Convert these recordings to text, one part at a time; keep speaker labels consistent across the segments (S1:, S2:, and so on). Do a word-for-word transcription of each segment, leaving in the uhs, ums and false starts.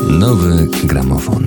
S1: Nowy gramofon.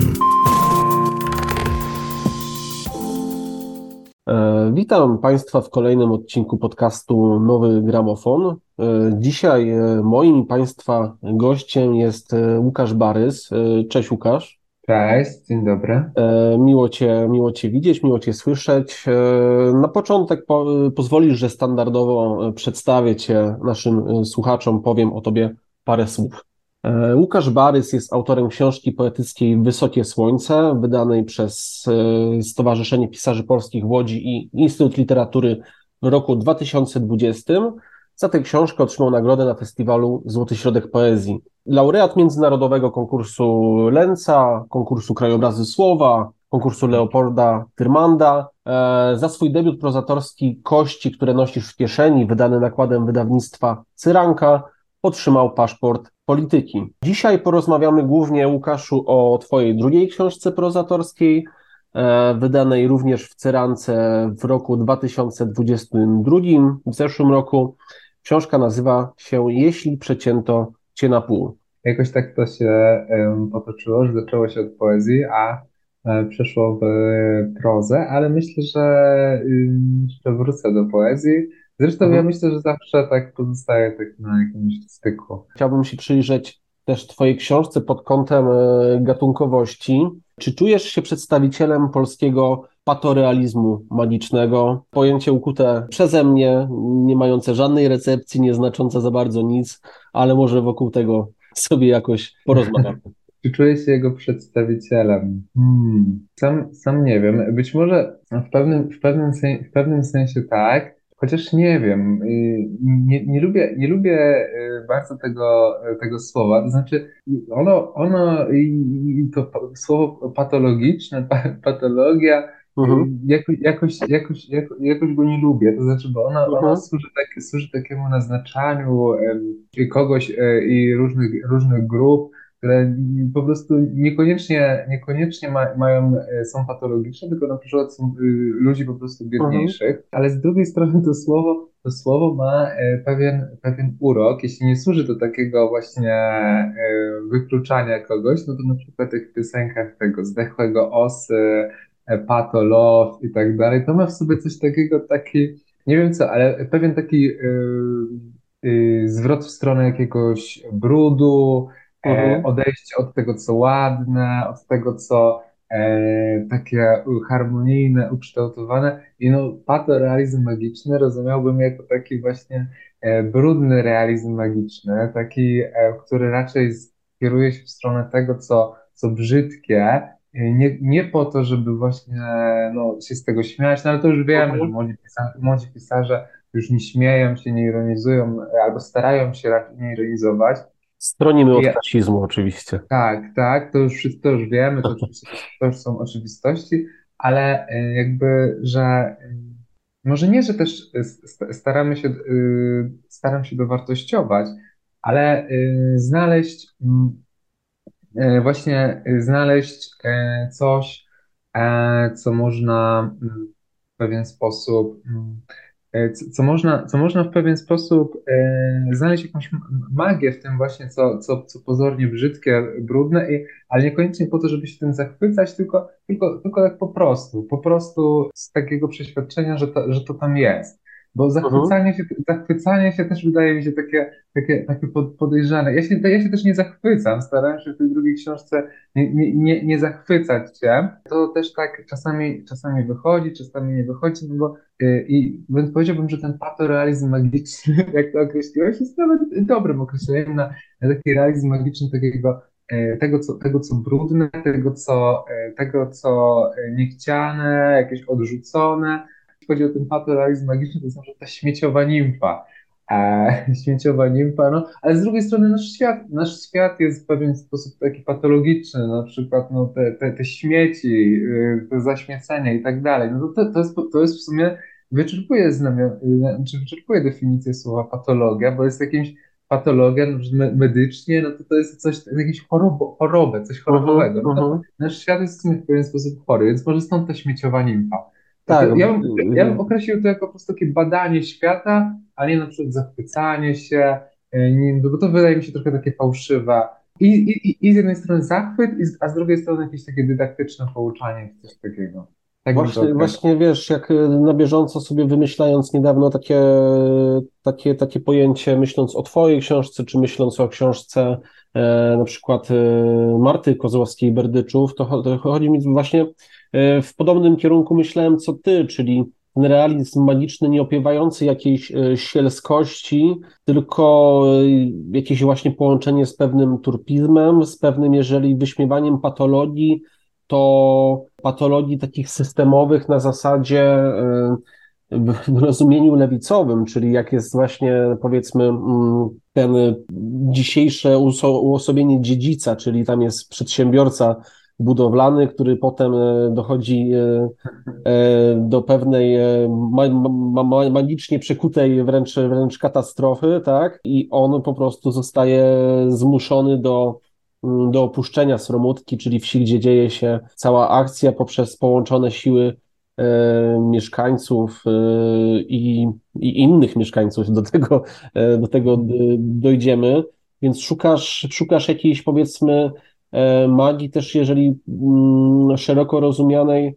S2: E, Witam Państwa w kolejnym odcinku podcastu Nowy Gramofon. E, Dzisiaj e, moim i Państwa gościem jest e, Łukasz Barys. E, Cześć Łukasz.
S3: Cześć, dzień dobry.
S2: E, Miło Cię, miło Cię widzieć, miło Cię słyszeć. E, Na początek po, pozwolisz, że standardowo e, przedstawię Cię naszym e, słuchaczom, powiem o Tobie parę słów. E, Łukasz Barys jest autorem książki poetyckiej Wysokie Słońce, wydanej przez e, Stowarzyszenie Pisarzy Polskich w Łodzi i Instytut Literatury w roku dwa tysiące dwudziestym. Za tę książkę otrzymał nagrodę na festiwalu Złoty Środek Poezji. Laureat międzynarodowego konkursu Lenca, konkursu Krajobrazy Słowa, konkursu Leopolda Tyrmanda. E, Za swój debiut prozatorski Kości, które nosisz w kieszeni, wydany nakładem wydawnictwa Cyranka, otrzymał paszport polityki. Dzisiaj porozmawiamy głównie, Łukaszu, o Twojej drugiej książce prozatorskiej, e, wydanej również w Cyrance w roku dwa tysiące dwudziestym drugim, w zeszłym roku. Książka nazywa się Jeśli przecięto Cię na pół.
S3: Jakoś tak to się em, potoczyło, że zaczęło się od poezji, a e, przeszło w prozę, ale myślę, że ym, jeszcze wrócę do poezji. Zresztą ja
S2: Mhm.
S3: myślę, że zawsze tak pozostaje tak na jakimś styku.
S2: Chciałbym się przyjrzeć też Twojej książce pod kątem e, gatunkowości. Czy czujesz się przedstawicielem polskiego patorealizmu magicznego? Pojęcie ukute przeze mnie, nie mające żadnej recepcji, nie znaczące za bardzo nic, ale może wokół tego sobie jakoś porozmawiamy.
S3: Czy czuję się jego przedstawicielem? Hmm. Sam, sam nie wiem. Być może w pewnym, w pewnym, sen, w pewnym sensie tak, chociaż nie wiem. Y, Nie, nie lubię, nie lubię y, bardzo tego, tego słowa. To znaczy, ono, ono i i to pa- słowo patologiczne, pa, patologia, y,
S2: Mhm,
S3: jakoś, jakoś, jakoś, jako- jakoś go nie lubię. To znaczy, bo ono, ono
S2: mhm,
S3: służy, tak, służy takiemu naznaczaniu em, y, kogoś y, i różnych, różnych grup, które po prostu niekoniecznie, niekoniecznie ma, mają, e, są patologiczne, tylko na przykład są y, ludzi po prostu
S2: mhm,
S3: biedniejszych, ale z drugiej strony to słowo, to słowo ma e, pewien, pewien urok, jeśli nie służy do takiego właśnie e, wykluczania kogoś, no to na przykład jak w piosenkach tego Zdechłego Osy, e, Pato Love i tak dalej, to ma w sobie coś takiego, taki, nie wiem co, ale pewien taki y, y, zwrot w stronę jakiegoś brudu, e,
S2: mhm,
S3: odejście od tego, co ładne, od tego, co e, takie harmonijne, ukształtowane. I no, patorealizm magiczny rozumiałbym jako taki właśnie e, brudny realizm magiczny, taki, e, który raczej kieruje się w stronę tego, co, co brzydkie, e, nie, nie po to, żeby właśnie no, się z tego śmiać, no ale to już wiemy, że
S2: mhm.
S3: młodzi pisarze, młodzi pisarze już nie śmieją się, nie ironizują, albo starają się raczej nie ironizować.
S2: Stronimy od
S3: Ja,
S2: rasizmu oczywiście.
S3: tak, tak, to już wszystko już wiemy, to oczywiście to, to już są oczywistości, ale e, jakby, że e, może nie, że też e, st- staramy się, e, staram się dowartościować, ale e, znaleźć mm, e, właśnie e, znaleźć e, coś, e, co można mm, w pewien sposób mm, e, co, co można, co można w pewien sposób e, znaleźć jakąś m- magię w tym właśnie, co, co, co pozornie brzydkie, brudne, i, ale niekoniecznie po to, żeby się tym zachwycać, tylko, tylko, tylko tak po prostu, po prostu z takiego przeświadczenia, że to, że to tam jest. Bo
S2: Mhm,
S3: zachwycanie się, zachwycanie się też wydaje mi się takie, takie, takie pod- podejrzane. Ja się, ja się też nie zachwycam, starałem się w tej drugiej książce nie, nie, nie, nie zachwycać się. To też tak czasami, czasami wychodzi, czasami nie wychodzi, no bo y, i więc powiedziałbym, że ten patorealizm magiczny, jak to określiłeś, jest nawet dobrym określeniem na, na taki realizm magiczny takiego, e, tego, co, tego, co brudne, tego, co, e, tego, co e, niechciane, jakieś odrzucone. Jeśli chodzi o ten patorealizm magiczny, to jest na przykład ta śmieciowa nimfa. E, śmieciowa nimfa, no, ale z drugiej strony nasz świat, nasz świat jest w pewien sposób taki patologiczny, na przykład no, te, te, te śmieci, y, te zaśmiecenia i tak dalej. No to, to, jest, to jest w sumie wyczerpuje znamion, y, czy wyczerpuje definicję słowa patologia, bo jest jakimś patologia no, że me- medycznie, no to to jest coś, jakieś chorobo, chorobę, coś
S2: mhm,
S3: chorobowego. No to
S2: mhm.
S3: nasz świat jest w sumie w pewien sposób chory, więc może stąd ta śmieciowa nimfa.
S2: Tak,
S3: To ja bym, ja bym
S2: y,
S3: określił to jako po prostu takie badanie świata, a nie na przykład zachwycanie się, y, nim, bo to wydaje mi się trochę takie fałszywe, I, i, i z jednej strony zachwyt, i z, a z drugiej strony jakieś takie dydaktyczne pouczanie, coś takiego. Tak bym to
S2: Właśnie,
S3: określił.
S2: właśnie wiesz, jak y, na bieżąco sobie wymyślając niedawno takie, takie, takie pojęcie, myśląc o Twojej książce, czy myśląc o książce e, na przykład e, Marty Kozłowskiej-Berdyczów, to, cho- to chodzi mi właśnie e, w podobnym kierunku myślałem co Ty, czyli ten realizm magiczny nie opiewający jakiejś e, sielskości, tylko e, jakieś właśnie połączenie z pewnym turpizmem, z pewnym, jeżeli wyśmiewaniem patologii, to patologii takich systemowych na zasadzie y, w w rozumieniu lewicowym, czyli jak jest właśnie powiedzmy mm, ten dzisiejsze uso- uosobienie dziedzica, czyli tam jest przedsiębiorca budowlany, który potem e, dochodzi e, e, do pewnej e, ma, ma, ma, magicznie przekutej wręcz, wręcz katastrofy, tak? I on po prostu zostaje zmuszony do, mm, do opuszczenia Sromutki, czyli wsi, gdzie dzieje się cała akcja poprzez połączone siły e, mieszkańców e, i, i innych mieszkańców. Do tego, e, do tego d- dojdziemy. Więc szukasz, szukasz jakiejś powiedzmy e, magii też, jeżeli mm, szeroko rozumianej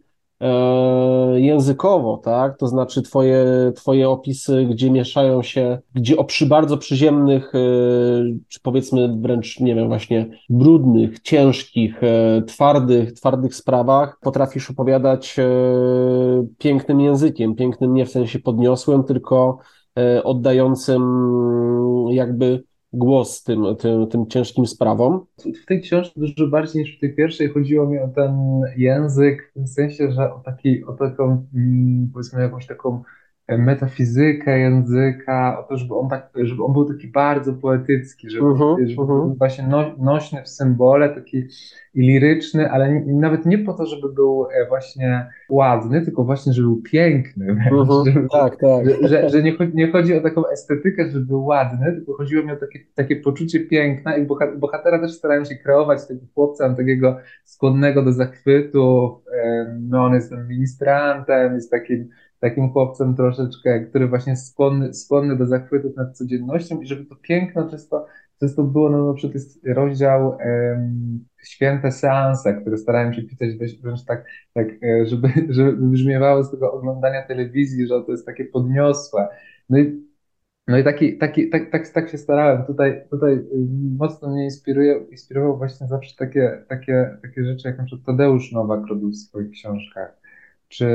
S2: e, językowo, tak? To znaczy twoje, twoje opisy, gdzie mieszają się, gdzie o przy bardzo przyziemnych, e, czy powiedzmy wręcz, nie wiem, właśnie brudnych, ciężkich, e, twardych, twardych sprawach potrafisz opowiadać e, pięknym językiem, pięknym nie w sensie podniosłym, tylko e, oddającym jakby głos tym, tym, tym ciężkim sprawom.
S3: W tej książce dużo bardziej niż w tej pierwszej chodziło mi o ten język, w tym sensie, że o, taki, o taką, mm, powiedzmy, jakąś taką e, metafizykę języka, o to, żeby on, tak, żeby on był taki bardzo poetycki, żeby,
S2: Mhm,
S3: żeby był
S2: mhm,
S3: właśnie no, nośny w symbole, taki i liryczny, ale nie, nawet nie po to, żeby był e, właśnie ładny, tylko właśnie, żeby był piękny wręcz,
S2: mhm.
S3: żeby był,
S2: Tak, tak.
S3: że, że, że nie, chodzi, nie chodzi o taką estetykę, żeby był ładny, tylko chodziło mi o takie, takie poczucie piękna i boha- bohatera też starałem się kreować tego chłopca, takiego skłonnego do zachwytu. em, No, on jest tam ministrantem, jest takim, takim chłopcem troszeczkę, który właśnie jest skłonny, skłonny do zachwytów nad codziennością i żeby to piękno często, często było, no na przykład jest rozdział em, Święte seanse, które starałem się pisać dość- wręcz tak, tak e, żeby, żeby wybrzmiewało z tego oglądania telewizji, że to jest takie podniosłe. No i no i taki, taki, tak, tak, tak się starałem. Tutaj, tutaj y, mocno mnie inspiruje, inspirował właśnie zawsze takie, takie, takie rzeczy, jak na przykład Tadeusz Nowak robił w swoich książkach. Czy,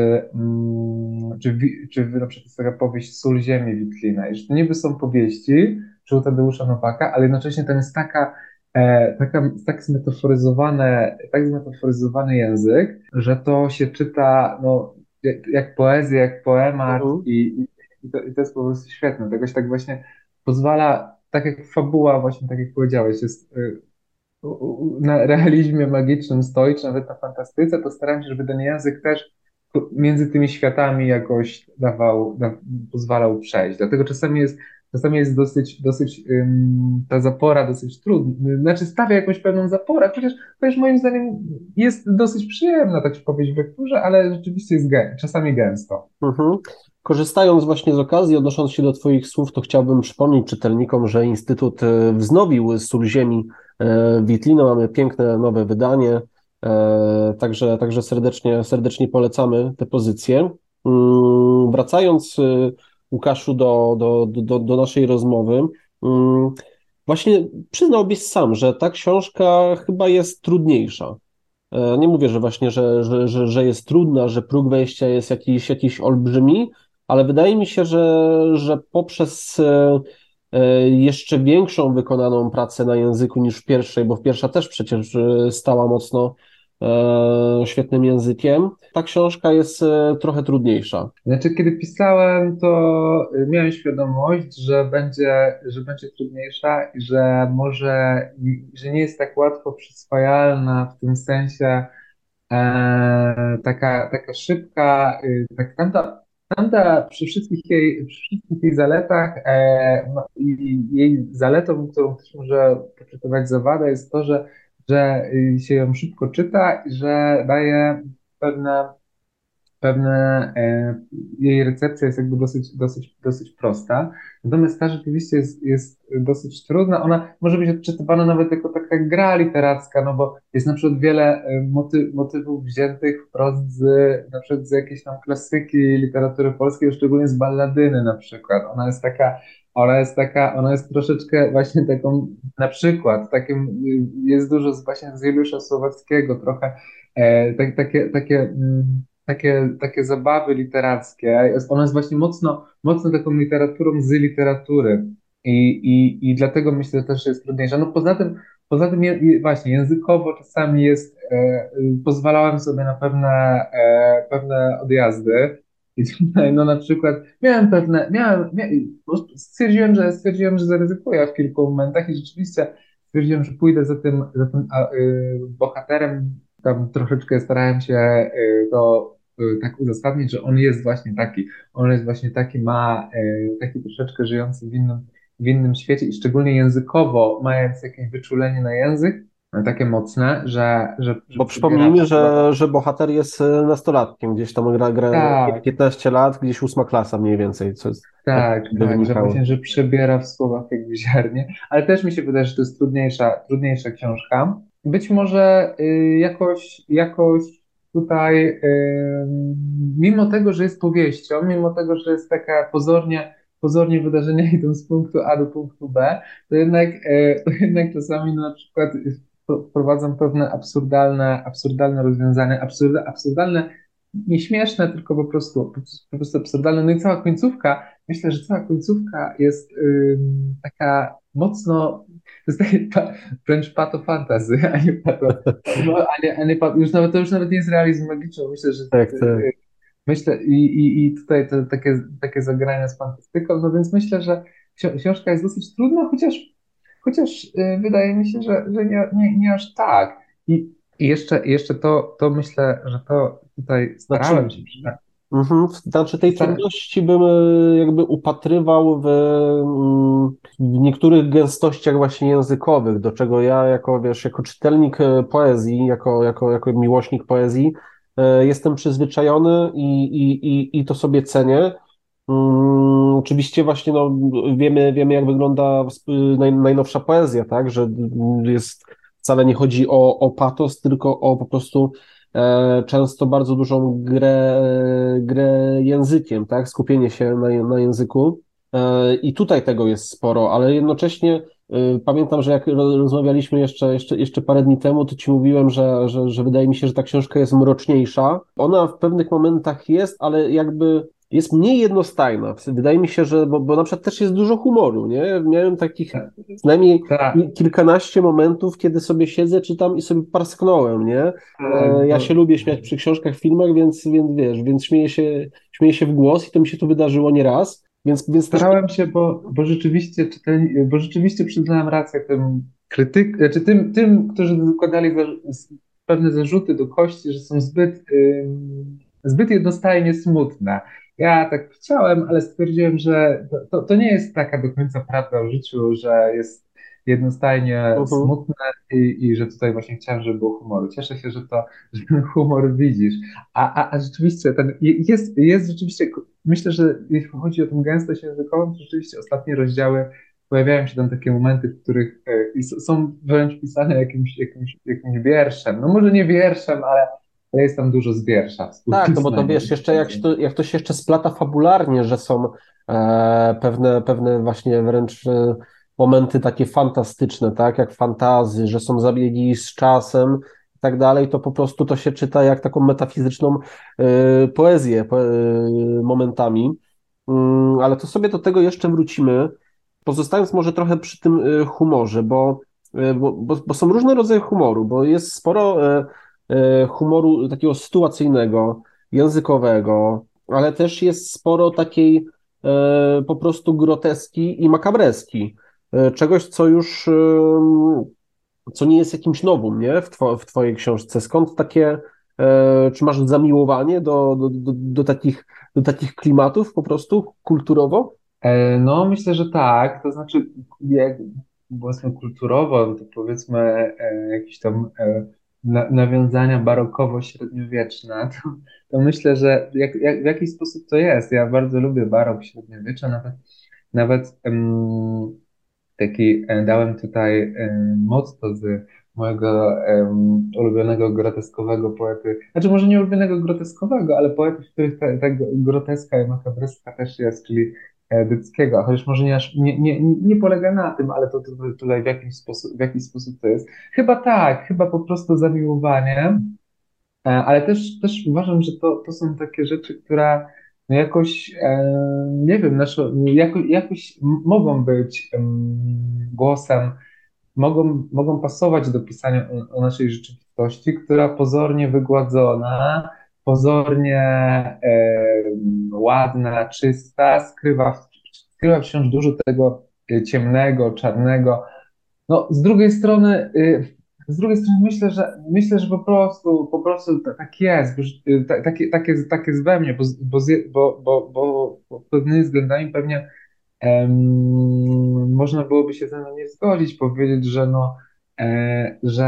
S3: mm, czy, wi- czy na przykład jest taka powieść Sól Ziemi Witlina. I że to niby są powieści, czy u Tadeusza Nowaka, ale jednocześnie tam jest taka, e, taka, tak zmetaforyzowane, tak zmetaforyzowany język, że to się czyta no, jak, jak poezja, jak poemat
S2: Mhm.
S3: i, i to, i to jest po prostu świetne. To jakoś tak właśnie pozwala, tak jak fabuła, właśnie tak jak powiedziałeś, jest y, u- u- na realizmie magicznym stoi, czy nawet na fantastyce, to staram się, żeby ten język też między tymi światami jakoś dawał, da, pozwalał przejść. Dlatego czasami jest, czasami jest dosyć, dosyć ym, ta zapora dosyć trudna. Znaczy stawia jakąś pewną zaporę, chociaż, chociaż moim zdaniem jest dosyć przyjemna tak powieść w lekturze, ale rzeczywiście jest gę, czasami gęsto.
S2: Mhm. Korzystając właśnie z okazji, odnosząc się do Twoich słów, to chciałbym przypomnieć czytelnikom, że Instytut e, wznowił Sól Ziemi e, Witlino. Mamy piękne nowe wydanie, e, także, także serdecznie, serdecznie polecamy te pozycje. Mm, Wracając, e, Łukaszu, do, do, do, do naszej rozmowy, mm, właśnie przyznałbyś sam, że ta książka chyba jest trudniejsza. E, Nie mówię, że właśnie, że, że, że, że jest trudna, że próg wejścia jest jakiś, jakiś olbrzymi, ale wydaje mi się, że, że poprzez e, e, jeszcze większą wykonaną pracę na języku niż w pierwszej, bo w pierwsza też przecież e, stała mocno e, świetnym językiem, ta książka jest e, trochę trudniejsza.
S3: Znaczy, kiedy pisałem, to y, miałem świadomość, że będzie, że będzie trudniejsza i że może, i- że nie jest tak łatwo przyswajalna w tym sensie e, taka, taka szybka, y, tak, tamta, tamta przy wszystkich jej, przy wszystkich jej zaletach e, no, i jej zaletą, którą ktoś może poczytywać za wadę, jest to, że, że y, się ją szybko czyta i że daje pewne pewne, e, jej recepcja jest jakby dosyć, dosyć, dosyć prosta. Natomiast ta rzeczywiście jest, jest dosyć trudna. Ona może być odczytywana nawet jako taka gra literacka, no bo jest na przykład wiele e, moty, motywów wziętych wprost z, na przykład z jakiejś tam klasyki literatury polskiej, szczególnie z balladyny na przykład. Ona jest taka, ona jest taka, ona jest troszeczkę właśnie taką, na przykład, takim, y, jest dużo z, właśnie z Juliusza Słowackiego, trochę e, tak, takie, takie, mm, takie, takie zabawy literackie. Jest, ona jest właśnie mocno, mocno taką literaturą z literatury. I, i, I dlatego myślę, że też jest trudniejsza. No poza tym, poza tym je, je- właśnie językowo czasami jest, e, y, pozwalałem sobie na pewne, e, pewne odjazdy. I tutaj, no na przykład miałem pewne, miałem, mia, stwierdziłem, że stwierdziłem, że zaryzykuję w kilku momentach i rzeczywiście stwierdziłem, że pójdę za tym, za tym a, y, bohaterem. Tam troszeczkę starałem się y, to y, tak uzasadnić, że on jest właśnie taki. On jest właśnie taki, ma y, taki troszeczkę żyjący w innym, w innym świecie i szczególnie językowo, mając jakieś wyczulenie na język, no, takie mocne, że, że, że
S2: Bo
S3: przybiera w
S2: przypomnijmy,
S3: słowach.
S2: że, że bohater jest e, nastolatkiem, gdzieś tam gra, gra
S3: Tak,
S2: piętnaście lat, gdzieś ósma klasa mniej więcej, co jest, tak
S3: tak,
S2: by
S3: tak, że
S2: wynikało.
S3: właśnie, że przebiera w słowach jak w ziarnie, ale też mi się wydaje, że to jest trudniejsza, trudniejsza książka. Być może y, jakoś, jakoś tutaj, y, mimo tego, że jest powieścią, mimo tego, że jest taka pozornie, pozornie wydarzenia idą z punktu A do punktu B, to jednak, y, to jednak czasami no, na przykład wprowadzam pewne absurdalne, absurdalne rozwiązania, absurda, absurdalne, nie śmieszne, tylko po prostu, po prostu po prostu absurdalne. No i cała końcówka, myślę, że cała końcówka jest ym, taka mocno, to jest takie pa, wręcz pato fantasy, a nie pato, no, a nie, a nie pato, już nawet, to już nawet nie jest realizm magiczny, myślę, że
S2: Tak, tak.
S3: y, myślę i, i, i tutaj to takie, takie zagrania z fantastyką, no więc myślę, że ksi- książka jest dosyć trudna, chociaż, chociaż y, wydaje mi się, że, że nie, nie, nie aż tak. I, i jeszcze, jeszcze to, to myślę, że to tutaj
S2: Znaczy,
S3: starałem się przynajmniej.
S2: mhm, znaczy tej trudności bym e, jakby upatrywał w, mm, w niektórych gęstościach właśnie językowych, do czego ja jako, wiesz, jako czytelnik e, poezji, jako, jako, jako miłośnik poezji, e, jestem przyzwyczajony i, i, i, i to sobie cenię. Mm, oczywiście właśnie no, wiemy, wiemy, jak wygląda sp- naj, najnowsza poezja, tak? Że jest, wcale nie chodzi o, o patos, tylko o po prostu e, często bardzo dużą grę, grę językiem, tak? Skupienie się na, na języku. E, I tutaj tego jest sporo, ale jednocześnie e, pamiętam, że jak ro- rozmawialiśmy jeszcze, jeszcze, jeszcze parę dni temu, to ci mówiłem, że, że, że wydaje mi się, że ta książka jest mroczniejsza. Ona w pewnych momentach jest, ale jakby jest mniej jednostajna. Wydaje mi się, że, bo, bo na przykład też jest dużo humoru, nie? Miałem takich co najmniej
S3: Tak,
S2: ki- kilkanaście momentów, kiedy sobie siedzę, czytam i sobie parsknąłem, nie?
S3: tak,
S2: E, Ja się
S3: bo
S2: lubię śmiać przy książkach, filmach, więc, więc wiesz, więc śmieję się, śmieję się w głos i to mi się tu wydarzyło nieraz, więc, więc też
S3: starałem się, bo, bo rzeczywiście czytelni, bo rzeczywiście przyznałem rację tym krytyk, znaczy tym, tym, którzy dokładali za, pewne zarzuty do kości, że są zbyt, ym, zbyt jednostajnie smutne. Ja tak chciałem, ale stwierdziłem, że to, to, to nie jest taka do końca prawda o życiu, że jest jednostajnie
S2: mhm.
S3: smutne i, i że tutaj właśnie chciałem, żeby było humoru. Cieszę się, że to, że ten humor widzisz. A, a, a rzeczywiście ten, jest, jest rzeczywiście, myślę, że jeśli chodzi o tą gęstość językową, to rzeczywiście ostatnie rozdziały pojawiają się tam takie momenty, w których e, i s- są wręcz pisane jakimś, jakimś, jakimś wierszem. No może nie wierszem, ale, ale jest tam dużo z wiersza
S2: Tak, no bo to
S3: współpisnego.
S2: wiesz, jeszcze jak, się to, jak to się jeszcze splata fabularnie, że są e, pewne, pewne właśnie wręcz e, momenty takie fantastyczne, tak, jak fantazy, że są zabiegi z czasem i tak dalej, to po prostu to się czyta jak taką metafizyczną e, poezję po, e, momentami. Mm, ale to sobie do tego jeszcze wrócimy, pozostając może trochę przy tym e, humorze, bo, e, bo, bo, bo są różne rodzaje humoru, bo jest sporo e, e, humoru takiego sytuacyjnego, językowego, ale też jest sporo takiej e, po prostu groteski i makabreski. E, czegoś, co już e, co nie jest jakimś nowum, nie? W, two, w twojej książce. Skąd takie, e, czy masz zamiłowanie do, do, do, do takich, do takich klimatów po prostu kulturowo?
S3: E, No, myślę, że tak. To znaczy, jak powiedzmy kulturowo, to powiedzmy e, jakiś tam. E, na, nawiązania barokowo-średniowieczne, to, to myślę, że jak, jak, w jakiś sposób to jest. Ja bardzo lubię barok średniowiecza, nawet, nawet em, taki e, dałem tutaj e, motto z mojego em, ulubionego groteskowego poety, znaczy może nie ulubionego groteskowego, ale poety, w których ta, ta groteska i makabreska też jest, czyli e, Dyckiego, chociaż może nie, aż, nie, nie, nie polega na tym, ale to, to tutaj w jakiś sposób, w jakiś sposób to jest. Chyba tak, chyba po prostu zamiłowanie. E, Ale też, też uważam, że to, to są takie rzeczy, które no jakoś, e, nie wiem, nasze, jako, jakoś m- mogą być em, głosem, mogą, mogą pasować do pisania o, o naszej rzeczywistości, która pozornie wygładzona, pozornie em, ładna, czysta, skrywa, w- skrywa wciąż dużo tego e, ciemnego, czarnego. No, z drugiej strony, y, z drugiej strony myślę, że myślę, że po prostu, po prostu ta- tak jest, bo, y, ta- takie, takie, tak jest we mnie, bo, z- bo, z- bo, bo, bo pod pewnymi względami pewnie em, można byłoby się ze mną nie zgodzić, powiedzieć, że no, e, że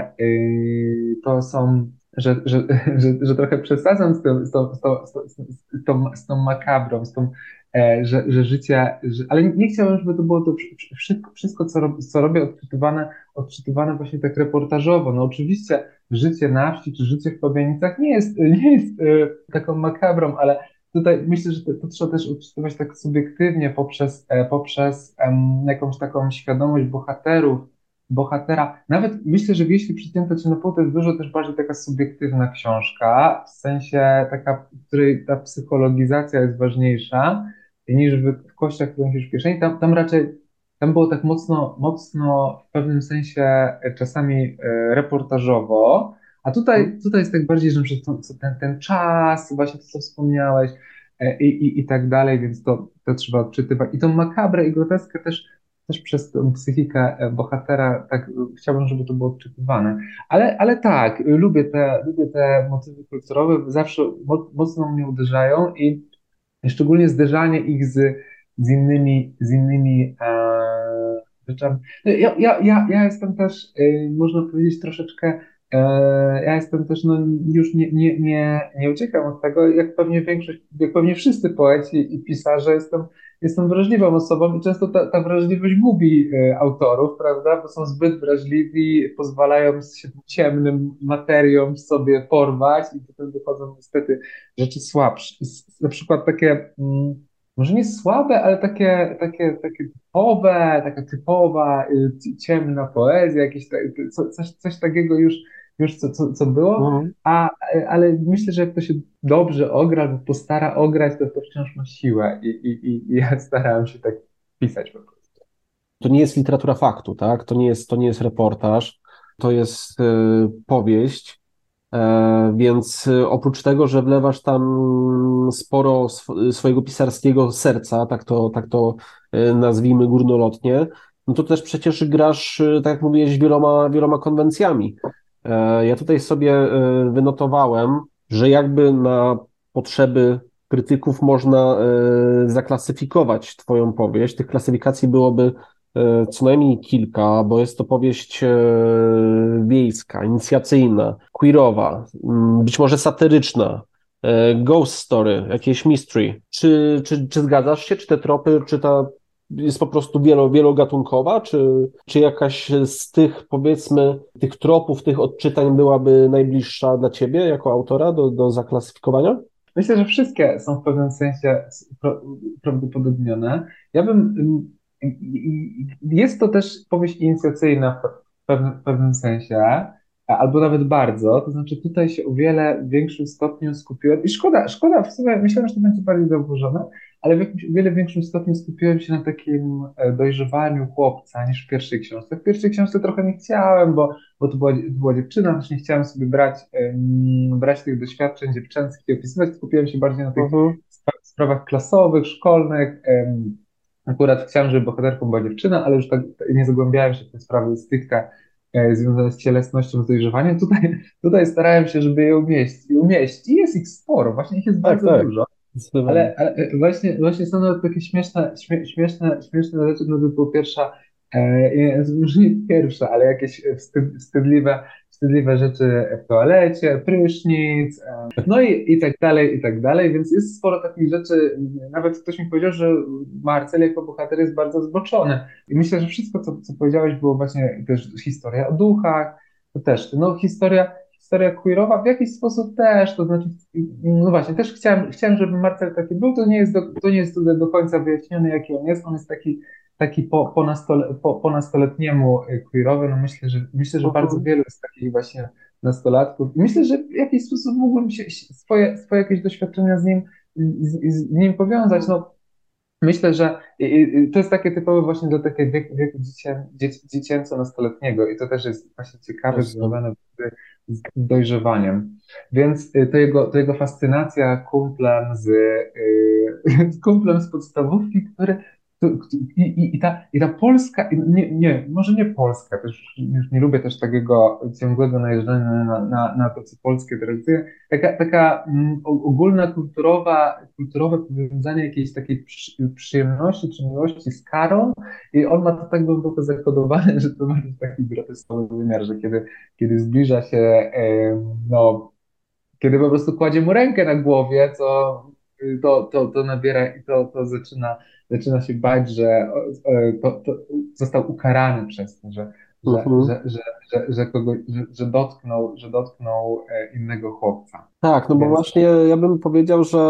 S3: y, to są, że, że, że, że trochę przesadzam z tą, z tą, z tą, z tą, z tą, z tą makabrą, z tą e, że, że życie, że, ale nie chciałem, żeby to było to wszy- wszy- wszystko, wszystko co, rob, co robię, odczytywane, odczytywane właśnie tak reportażowo. No oczywiście życie na wsi czy życie w Pabianicach nie jest, nie jest e, taką makabrą, ale tutaj myślę, że to, to trzeba też odczytywać tak subiektywnie poprzez, e, poprzez em, jakąś taką świadomość bohaterów, bohatera. Nawet myślę, że jeśli przycięto cię na pół, to jest dużo też bardziej taka subiektywna książka, w sensie taka, w której ta psychologizacja jest ważniejsza niż w, w kościach, które nosisz w kieszeni. Tam, tam raczej, tam było tak mocno, mocno w pewnym sensie e, czasami e, reportażowo, a tutaj, tutaj jest tak bardziej, że na przykład to- ten, ten czas, właśnie to, co wspomniałeś e, i, i, i tak dalej, więc to, to trzeba odczytywać. I tą makabrę i groteskę też, też przez tą psychikę e, bohatera tak e, chciałbym, żeby to było odczytywane. Ale, ale tak, lubię te, lubię te motywy kulturowe, zawsze mo, mocno mnie uderzają i szczególnie zderzanie ich z, z innymi, z innymi e, rzeczami. No, Ja, ja, ja, ja jestem też, e, można powiedzieć, troszeczkę, e, ja jestem też, no już nie, nie, nie, nie uciekam od tego, jak pewnie większość, jak pewnie wszyscy poeci i pisarze, jestem, jestem wrażliwą osobą i często ta, ta wrażliwość gubi e, autorów, prawda, bo są zbyt wrażliwi, pozwalają się tym ciemnym materiom sobie porwać i potem wychodzą niestety rzeczy słabsze. S- Na przykład takie, mm, może nie słabe, ale takie, takie, takie typowe, taka typowa, y, c- ciemna poezja, jakieś ta, co, coś, coś takiego już, już co, co, co było,
S2: Mhm.
S3: a, ale myślę, że jak to się dobrze ogra, albo postara ograć, to to wciąż ma siłę i, i, i i ja starałem się tak pisać po prostu.
S2: To nie jest literatura faktu, tak? To nie jest, to nie jest reportaż, to jest y, powieść. E, Więc y, oprócz tego, że wlewasz tam sporo sw swojego pisarskiego serca, tak to, tak to y, nazwijmy górnolotnie, no to też przecież grasz, y, tak jak mówiłeś, wieloma, wieloma konwencjami. E, Ja tutaj sobie y, wynotowałem, że jakby na potrzeby krytyków można y, zaklasyfikować twoją powieść. Tych klasyfikacji byłoby y, co najmniej kilka, bo jest to powieść y, wiejska, inicjacyjna, queerowa, mm, być może satyryczna, e, ghost story, jakieś mystery. Czy, czy, czy zgadzasz się? Czy te tropy, czy ta jest po prostu wielo, wielogatunkowa, czy, czy jakaś z tych, powiedzmy, tych tropów, tych odczytań byłaby najbliższa dla ciebie jako autora do, do zaklasyfikowania?
S3: Myślę, że wszystkie są w pewnym sensie pro- prawdopodobnione. Ja bym. ym, i- i- Jest to też powieść inicjacyjna w pewnym, w pewnym sensie, a- albo nawet bardzo. To znaczy, tutaj się o wiele większym stopniu skupiłem. I szkoda, szkoda, w sumie myślałem, że to będzie bardziej zauważone, ale w jakimś o wiele większym stopniu skupiłem się na takim e, dojrzewaniu chłopca niż w pierwszej książce. W pierwszej książce trochę nie chciałem, bo bo to była, to była dziewczyna, też nie chciałem sobie brać, em, brać tych doświadczeń dziewczęcych i opisywać, skupiłem się bardziej na tych
S2: Mhm.
S3: spra- sprawach klasowych, szkolnych. Em, akurat chciałem, żeby bohaterką była dziewczyna, ale już tak nie zagłębiałem się w te sprawy stricte e, związane z cielesnością, z dojrzewaniem. Tutaj, tutaj starałem się, żeby je umieścić. umieścić. I jest ich sporo, właśnie ich jest
S2: Tak,
S3: bardzo
S2: tak,
S3: dużo.
S2: zdecydowanie.
S3: Ale, ale e, właśnie, właśnie są nawet takie śmieszne, śmie, śmieszne, śmieszne rzeczy, no to była pierwsza, e, nie, może nie pierwsza, ale jakieś wstyd, wstydliwe, wstydliwe rzeczy w toalecie, prysznic, e, no i, i tak dalej, i tak dalej, więc jest sporo takich rzeczy, nawet ktoś mi powiedział, że Marcel jako bohater jest bardzo zboczony i myślę, że wszystko, co, co powiedziałeś, było właśnie też historia o duchach, to też, no historia, historia queerowa w jakiś sposób też, to znaczy, no właśnie, też chciałem, chciałem, żeby Marcel taki był, to nie jest do, to nie jest do, do końca wyjaśnione, jaki on jest, on jest taki taki po, po, nastole, po, po nastoletniemu queerowy, no myślę, że myślę, że bardzo
S2: Mhm.
S3: wielu jest takich właśnie nastolatków. I myślę, że w jakiś sposób mógłbym się swoje, swoje jakieś doświadczenia z nim, z, z nim powiązać. No, myślę, że i, i, to jest takie typowe właśnie do takiego wieku, wieku dziecię, dzieci, dziecięco-nastoletniego i to też jest właśnie ciekawe,
S2: Jasne.
S3: związane z, z dojrzewaniem. Więc y, to jego, to jego fascynacja kumplem z, y, z kumplem z podstawówki, który i, i, i, ta, I ta polska, nie, nie, może nie polska, też już nie lubię też takiego ciągłego najeżdżania na, na, na to, co polskie tradycje, taka, taka mm, ogólna kulturowa, kulturowe powiązanie jakiejś takiej przy, przyjemności czy miłości z karą i on ma to tak głęboko zakodowane, że to ma też taki groteskowy wymiar, że kiedy, kiedy zbliża się, em, no, kiedy po prostu kładzie mu rękę na głowie, to, to, to, to nabiera i to, to zaczyna, zaczyna się bać, że e, to, to został ukarany przez to, że, że,
S2: Mhm.
S3: że, że, że, że, kogoś, że, że dotknął, że dotknął e, innego chłopca.
S2: Tak, no bo
S3: Więc
S2: właśnie ja bym powiedział, że,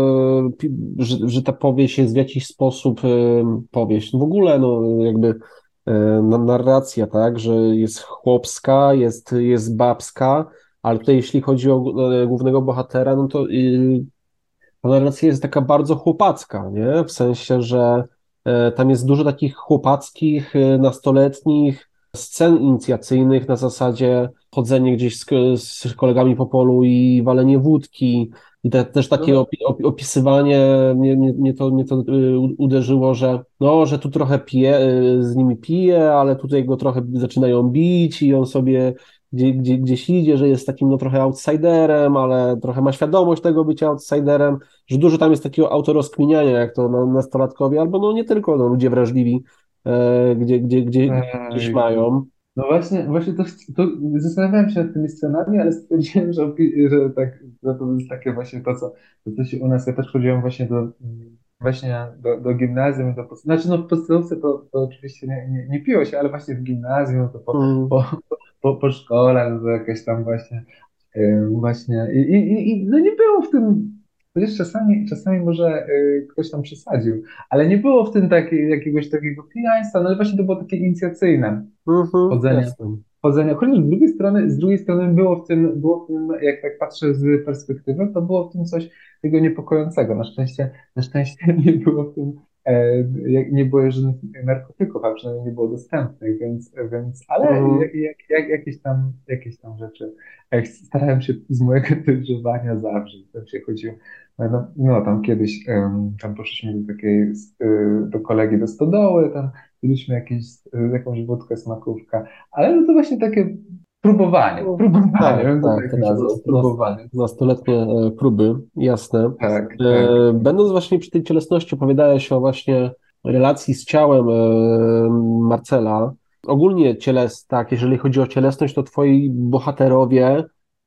S2: e, pi- że, że ta powieść jest w jakiś sposób e, powieść. W ogóle, no jakby e, na- narracja, tak, że jest chłopska, jest, jest babska, ale tutaj jeśli chodzi o g- głównego bohatera, no to y, ta narracja jest taka bardzo chłopacka, nie? W sensie, że e, tam jest dużo takich chłopackich, e, nastoletnich scen inicjacyjnych na zasadzie chodzenie gdzieś z, z kolegami po polu i walenie wódki. I te, też
S3: no,
S2: takie
S3: wa-
S2: opi, opi, opisywanie, mnie, mnie, mnie to, mnie to y, uderzyło, że no, że tu trochę pije, y, z nimi pije, ale tutaj go trochę zaczynają bić i on sobie gdzie, gdzie, gdzieś idzie, że jest takim no, trochę outsiderem, ale trochę ma świadomość tego bycia outsiderem, że dużo tam jest takiego autorozkminiania, jak to no, nastolatkowie, albo no nie tylko no, ludzie wrażliwi, e, gdzie, gdzie, gdzie, gdzieś
S3: Ej,
S2: mają.
S3: no właśnie, właśnie to, to zastanawiałem się nad tymi scenami, ale stwierdziłem, że, opi- że tak, że to jest takie właśnie to, co, to, co się u nas, ja też chodziłem właśnie do, mm, właśnie do, do gimnazjum, do, podst- znaczy no w podstawówce to, to oczywiście nie, nie, nie piło się, ale właśnie w gimnazjum, to po,
S2: Mm,
S3: po, po, po szkole, no to jakieś tam właśnie Yy, Właśnie. I, i, i i no nie było w tym, chociaż czasami, czasami może y, ktoś tam przesadził, ale nie było w tym takiej, jakiegoś takiego pijaństwa, no ale właśnie to było takie inicjacyjne
S2: mhm,
S3: chodzenie,
S2: jasne.
S3: chodzenia. Chociaż z drugiej strony, z drugiej strony było w tym, było w tym, jak tak patrzę z perspektywy, to było w tym coś tego niepokojącego. Na szczęście, na szczęście nie było w tym, e, jak- nie było żadnych narkotyków, a przynajmniej nie było dostępnych, więc, więc ale
S2: Mhm,
S3: jak, jak, jak, jakieś tam, jakieś tam rzeczy e, starałem się z mojego dojrzewania zawrzeć. Tam się chodziło, no, no tam kiedyś, em, tam poszliśmy do takiej, y, do kolegi do stodoły, tam piliśmy jakieś, y, jakąś wódkę, smakówkę, ale no to właśnie takie próbowanie,
S2: no,
S3: próbowanie,
S2: tak,
S3: bym to
S2: tak,
S3: tak
S2: takie
S3: nazwał,
S2: nas, nas,
S3: próbowanie.
S2: nastoletnie e, próby, jasne.
S3: Tak, tak.
S2: E, Będąc właśnie przy tej cielesności, opowiadałeś o właśnie relacji z ciałem e, Marcela. Ogólnie cielest, tak, jeżeli chodzi o cielesność, to twoi bohaterowie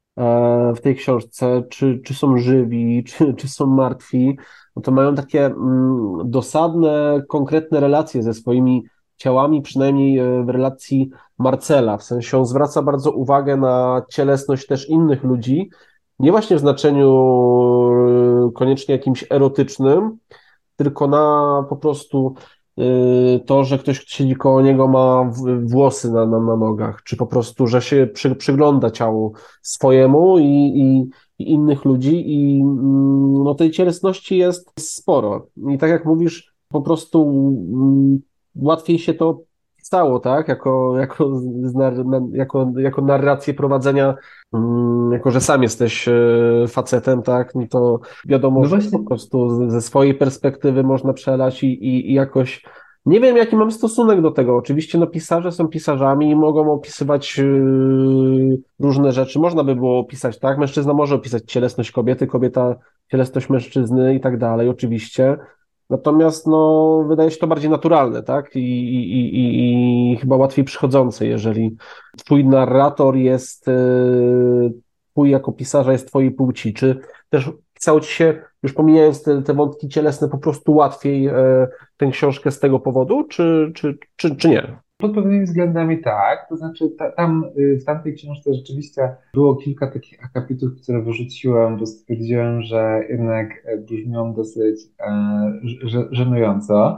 S2: e, w tej książce, czy, czy są żywi, czy, czy są martwi, no to mają takie mm, dosadne, konkretne relacje ze swoimi ciałami, przynajmniej e, w relacji Marcela. W sensie on zwraca bardzo uwagę na cielesność też innych ludzi, nie właśnie w znaczeniu e, koniecznie jakimś erotycznym, tylko na po prostu y, to, że ktoś, kto siedzi koło niego, ma w- włosy na, na, na nogach, czy po prostu, że się przy, przygląda ciału swojemu i, i, i innych ludzi i mm, no, tej cielesności jest sporo. I tak jak mówisz, po prostu mm, łatwiej się to stało, tak? Jako, jako, z nar- na- jako, jako narrację prowadzenia, mm, jako że sam jesteś e, facetem, tak? No to wiadomo,
S3: No
S2: że po
S3: właśnie,
S2: prostu z- ze swojej perspektywy można przelać i, i, i jakoś. Nie wiem, jaki mam stosunek do tego. Oczywiście, no, pisarze są pisarzami i mogą opisywać yy, różne rzeczy. Można by było opisać, tak? Mężczyzna może opisać cielesność kobiety, kobieta cielesność mężczyzny i tak dalej, oczywiście. Natomiast no, wydaje się to bardziej naturalne, tak? I, i, i, i i chyba łatwiej przychodzące, jeżeli twój narrator jest, e, twój jako pisarza jest twojej płci. Czy też chciało ci się, już pomijając te, te wątki cielesne, po prostu łatwiej e, tę książkę z tego powodu, czy, czy, czy, czy nie?
S3: Pod pewnymi względami tak, to znaczy ta, tam y, w tamtej książce rzeczywiście było kilka takich akapitów, które wyrzuciłem, bo stwierdziłem, że jednak e, brzmią dosyć e, ż- żenująco,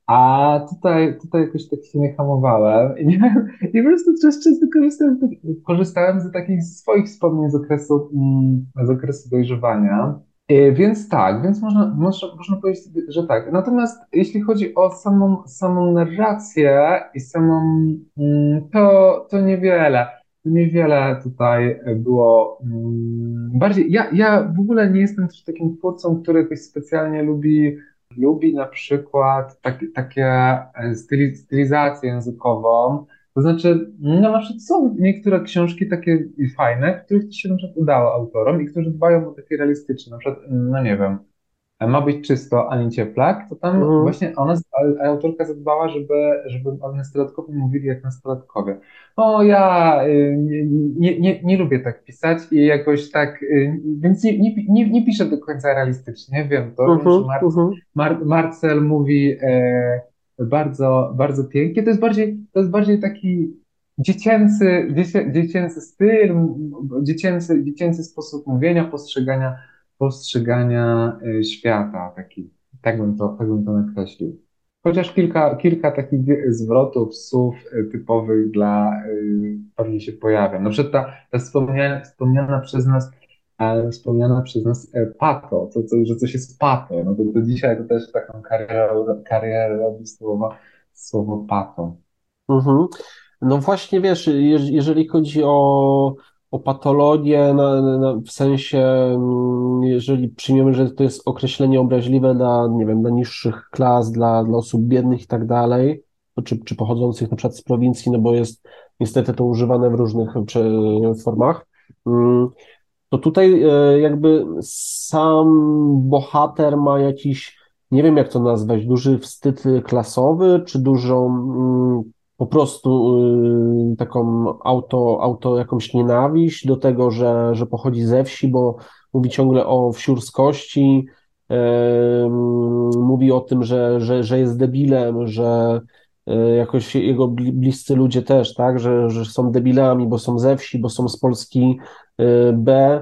S3: a tutaj, tutaj jakoś tak się nie hamowałem i, nie, i po prostu często, często korzystałem, korzystałem z takich swoich wspomnień z okresu, mm, z okresu dojrzewania. E, Więc tak, więc można, można, można powiedzieć, że tak. Natomiast jeśli chodzi o samą, samą narrację i samą, mm, to, to niewiele. Niewiele tutaj było mm, bardziej. Ja, ja w ogóle nie jestem też takim twórcą, który jakoś specjalnie lubi, lubi na przykład tak, takie e, styli, stylizację językową. To znaczy, no na przykład są niektóre książki takie fajne, których się na przykład udało autorom i którzy dbają o takie realistyczne, na przykład, no nie wiem, ma być czysto ani cieplak, to tam
S2: Mhm,
S3: właśnie ona, a- autorka zadbała, żeby, żeby nastolatkowie mówili jak nastolatkowie. O, ja y, nie, nie, nie lubię tak pisać i jakoś tak, y, więc nie, nie, nie, nie piszę do końca realistycznie, wiem to, wiem, że
S2: mhm,
S3: Marc,
S2: mhm.
S3: Mar, Marcel mówi e, bardzo, bardzo pięknie, to jest bardziej, to jest bardziej taki dziecięcy, dziecię, dziecięcy styl, m, dziecięcy, dziecięcy sposób mówienia, postrzegania postrzegania y, świata, taki, tak bym to, tak bym to nakreślił. Chociaż kilka, kilka takich zwrotów, słów y, typowych dla y, pewnie się pojawia. Na przykład ta, ta wspomniana, wspomniana przez nas, e, wspomniana przez nas e, pato, to, to, że coś jest pato, no to, to dzisiaj to też taką karierę, karierę robi słowo, słowo pato.
S2: Mhm. No właśnie, wiesz, jeż- jeżeli chodzi o, o patologię, na, na, w sensie, mm, jeżeli przyjmiemy, że to jest określenie obraźliwe dla, nie wiem, dla niższych klas, dla, dla osób biednych i tak dalej, to czy, czy pochodzących na przykład z prowincji, no bo jest niestety to używane w różnych prze- formach, mm, to tutaj e, jakby sam bohater ma jakiś, nie wiem jak to nazwać, duży wstyd klasowy, czy dużą mm, po prostu y, taką auto, auto jakąś nienawiść do tego, że, że pochodzi ze wsi, bo mówi ciągle o wsiórskości, e, mm, mówi o tym, że, że, że jest debilem, że e, jakoś jego bli- bliscy ludzie też, tak, że, że są debilami, bo są ze wsi, bo są z Polski y, B.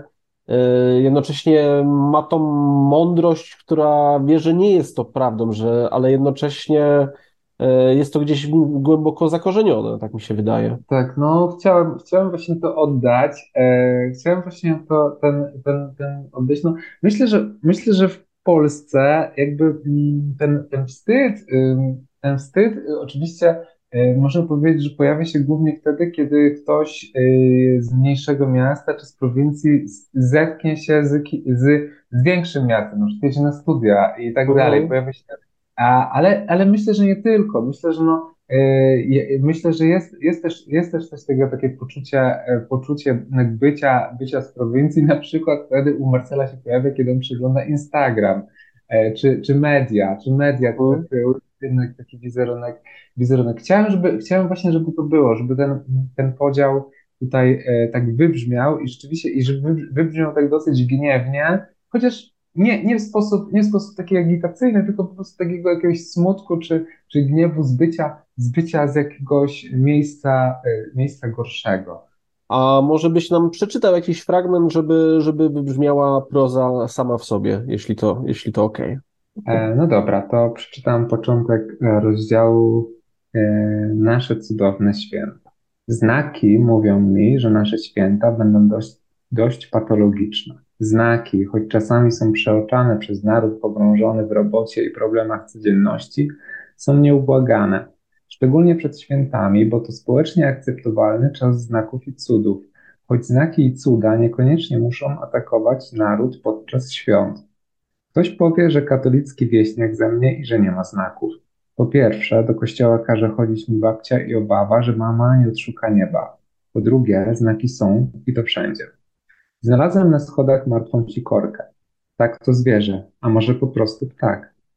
S2: Y, Jednocześnie ma tą mądrość, która wie, że nie jest to prawdą, że, ale jednocześnie y, jest to gdzieś głęboko zakorzenione, tak mi się wydaje.
S3: Tak, no chciałem, chciałem właśnie to oddać. E, chciałem właśnie to, ten, ten, ten oddać. No, myślę, że myślę, że w Polsce jakby mm, ten, ten wstyd, ym, ten wstyd y, oczywiście y, można powiedzieć, że pojawia się głównie wtedy, kiedy ktoś y, z mniejszego miasta czy z prowincji z- zetknie się z, ki- z, z większym miastem, na przykład jedzie na studia i tak dalej.
S2: Mhm.
S3: Pojawia się, a, ale, ale myślę, że nie tylko. Myślę, że no E, je- Myślę, że jest, jest też, jest też coś takiego, takie poczucie, e, poczucie jednak bycia, bycia z prowincji. Na przykład wtedy u Marcela się pojawia, kiedy on przegląda Instagram, e, czy, czy media, czy media, które
S2: Mhm.
S3: kreują jednak taki wizerunek, wizerunek. Chciałem, żeby, chciałem właśnie, żeby to było, żeby ten, ten podział tutaj e, tak wybrzmiał i rzeczywiście, i żeby wybr- wybrzmiał tak dosyć gniewnie, chociaż nie, nie w sposób, nie w sposób taki agitacyjny, tylko po prostu takiego jakiegoś smutku czy, czy gniewu z bycia, z bycia z jakiegoś miejsca, e, miejsca gorszego.
S2: A może byś nam przeczytał jakiś fragment, żeby, żeby wybrzmiała proza sama w sobie, jeśli to, jeśli to okej.
S3: E, No dobra, to przeczytam początek e, rozdziału e, Nasze cudowne święta. Znaki mówią mi, że nasze święta będą dość, dość patologiczne. Znaki, choć czasami są przeoczane przez naród pogrążony w robocie i problemach codzienności, są nieubłagane. Szczególnie przed świętami, bo to społecznie akceptowalny czas znaków i cudów, choć znaki i cuda niekoniecznie muszą atakować naród podczas świąt. Ktoś powie, że katolicki wieśniak ze mnie i że nie ma znaków. Po pierwsze, do kościoła każe chodzić mi babcia i obawa, że mama nie odszuka nieba. Po drugie, znaki są i to wszędzie. Znalazłem na schodach martwą sikorkę. Tak to zwierzę, a może po prostu ptak.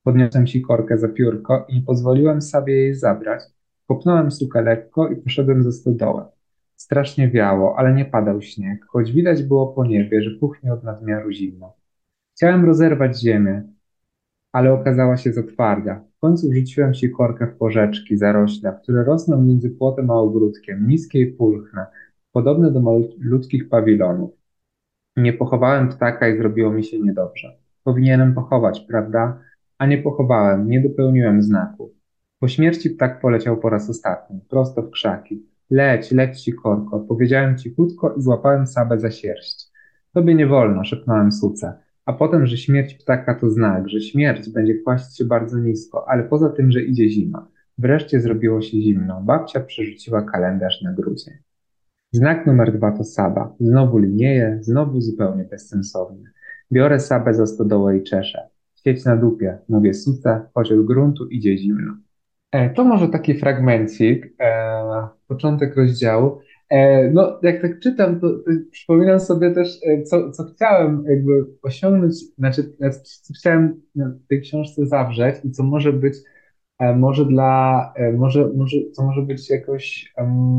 S3: Podniosłem sikorkę za piórko i nie pozwoliłem sobie jej zabrać. Kopnąłem sukę lekko i poszedłem ze stodołę. Strasznie wiało, ale nie padał śnieg, choć widać było po niebie, że puchnie od nadmiaru zimno. Chciałem rozerwać ziemię, ale okazała się za twarda. W końcu wrzuciłem sikorkę w porzeczki, zarośla, które rosną między płotem a ogródkiem, niskie i pulchne, podobne do malutkich pawilonów. Nie pochowałem ptaka i zrobiło mi się niedobrze. Powinienem pochować, prawda? A nie pochowałem, nie dopełniłem znaku. Po śmierci ptak poleciał po raz ostatni, prosto w krzaki. Leć, leć, sikorko, powiedziałem cichutko i złapałem Sabę za sierść. Tobie nie wolno, szepnąłem suce. A potem, że śmierć ptaka to znak, że śmierć będzie kłaść się bardzo nisko, ale poza tym, że idzie zima. Wreszcie zrobiło się zimno. Babcia przerzuciła kalendarz na grudzień. Znak numer dwa to Saba. Znowu linieje, znowu zupełnie bezsensownie. Biorę Sabę za stodołę i czeszę. Siedź na dupie, mówię suce, choć od gruntu idzie zimno. E, to może taki fragmencik, e, początek rozdziału. E, no, jak tak czytam, to, to przypominam sobie też, e, co, co chciałem jakby osiągnąć, znaczy, znaczy, co chciałem w tej książce zawrzeć i co może być E, Może dla, e, może, może, to może być jakoś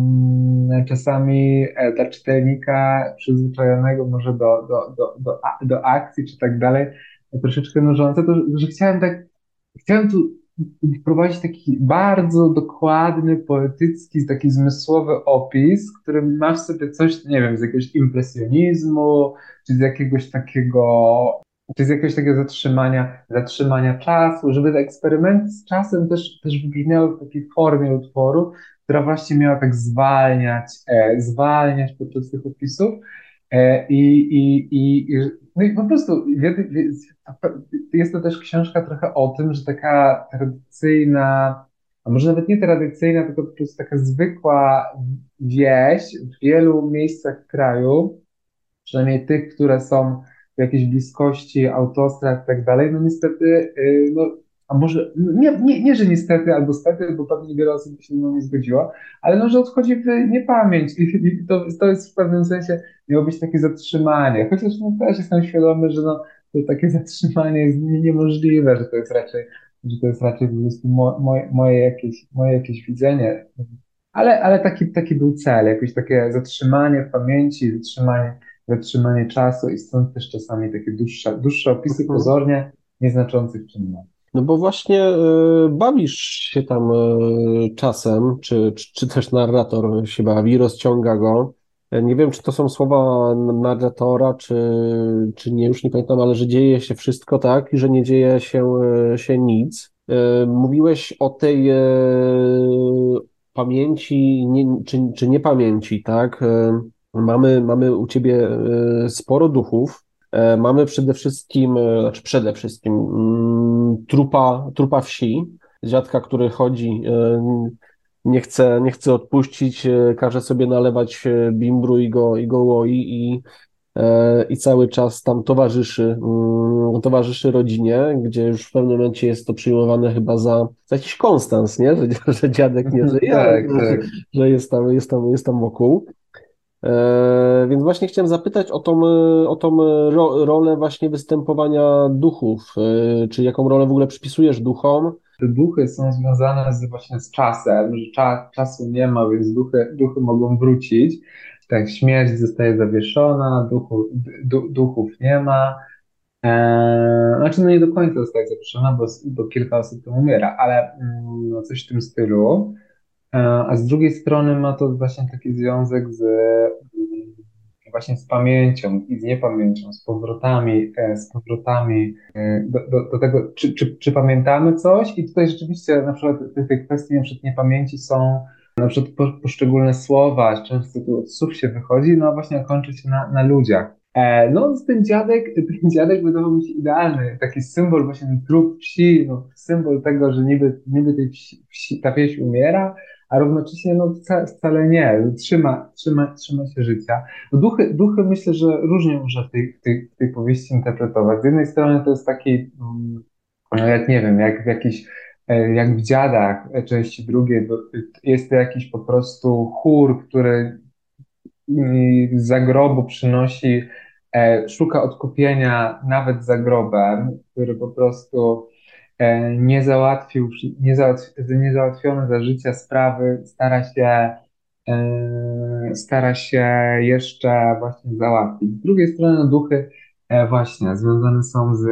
S3: em, czasami e, dla czytelnika przyzwyczajonego może do, do, do, do, a- do akcji czy tak dalej, e, troszeczkę nużące, to, że chciałem tak, chciałem tu wprowadzić taki bardzo dokładny, poetycki, taki zmysłowy opis, który ma w sobie coś, nie wiem, z jakiegoś impresjonizmu, czy z jakiegoś takiego czy z jakiegoś takiego zatrzymania, zatrzymania czasu, żeby te eksperymenty z czasem też, też wybrzmiały w takiej formie utworu, która właśnie miała tak zwalniać, e, zwalniać podczas tych opisów. E, i, i, i, i, no i po prostu wie- wie- jest to też książka trochę o tym, że taka tradycyjna, a może nawet nie tradycyjna, tylko po prostu taka zwykła wieś w wielu miejscach kraju, przynajmniej tych, które są w jakiejś bliskości autostrad i tak dalej, no niestety, y, no, a może, no nie, nie, nie, że niestety albo stety, bo pewnie wiele osób by się z mną nie zgodziło, ale no, że odchodzi w niepamięć i, i to, to jest w pewnym sensie, miało być takie zatrzymanie, chociaż no, też jestem świadomy, że no, to takie zatrzymanie jest nie- niemożliwe, że to jest raczej, że to jest raczej po prostu mo, moje, moje jakieś, moje jakieś widzenie, ale, ale taki, taki był cel, jakieś takie zatrzymanie w pamięci, zatrzymanie zatrzymanie czasu i stąd też czasami takie dłuższe, dłuższe opisy
S2: Mhm.
S3: pozornie nieznaczących czynności.
S2: No bo właśnie e, bawisz się tam e, czasem, czy, czy, czy też narrator się bawi, rozciąga go. E, Nie wiem, czy to są słowa narratora, czy, czy nie, już nie pamiętam, ale że dzieje się wszystko tak i że nie dzieje się, e, się nic. E, Mówiłeś o tej e, pamięci, nie, czy, czy niepamięci, tak? E, Mamy, mamy u ciebie e, sporo duchów. E, Mamy przede wszystkim, e, znaczy przede wszystkim mm, trupa, trupa wsi, dziadka, który chodzi, e, nie chce, nie chce odpuścić, e, każe sobie nalewać e, bimbru i go, i go łoi i, e, i cały czas tam towarzyszy, mm, towarzyszy rodzinie, gdzie już w pewnym momencie jest to przyjmowane chyba za, za jakiś konstans, nie? Że, że dziadek nie żyje, ale
S3: Tak, tak.
S2: że jest tam, jest tam, jest tam wokół. E, Więc właśnie chciałem zapytać o tą, e, o tą e, ro, rolę właśnie występowania duchów. E, Czy jaką rolę w ogóle przypisujesz duchom?
S3: Te duchy są związane z, właśnie z czasem, że cza, czasu nie ma, więc duchy, duchy mogą wrócić. Tak, śmierć zostaje zawieszona, duchu, du, duchów nie ma. Eee, znaczy, no nie do końca zostaje zawieszona, bo, bo kilka osób tam umiera, ale mm, no coś w tym stylu. E, A z drugiej strony ma to właśnie taki związek z mm, właśnie z pamięcią i z niepamięcią, z powrotami, e, z powrotami e, do, do, do tego, czy, czy, czy pamiętamy coś? I tutaj rzeczywiście na przykład te, te kwestie na przykład niepamięci są na przykład po, poszczególne słowa, często tu od słów się wychodzi, no a właśnie kończy się na, na ludziach. E, no, ten dziadek, ten dziadek wydawał mi się idealny, taki symbol właśnie ten trup wsi, no, symbol tego, że niby, niby tej wsi, wsi, ta wieś umiera, a równocześnie no, wca, wcale nie, trzyma, trzyma, trzyma się życia. No, duchy, duchy myślę, że różnie można w tej, w tej, w tej powieści interpretować. Z jednej strony to jest taki, mm, no, jak nie wiem, jak w jakiś, e, jak w Dziadach, e, części drugiej, bo jest to jakiś po prostu chór, który mm, z zagrobu przynosi, e, szuka odkupienia nawet za grobem, który po prostu e, nie załatwił, nie, załatw, nie załatwione za życia sprawy, stara się, e, stara się jeszcze właśnie załatwić. Z drugiej strony no, duchy e, właśnie związane są z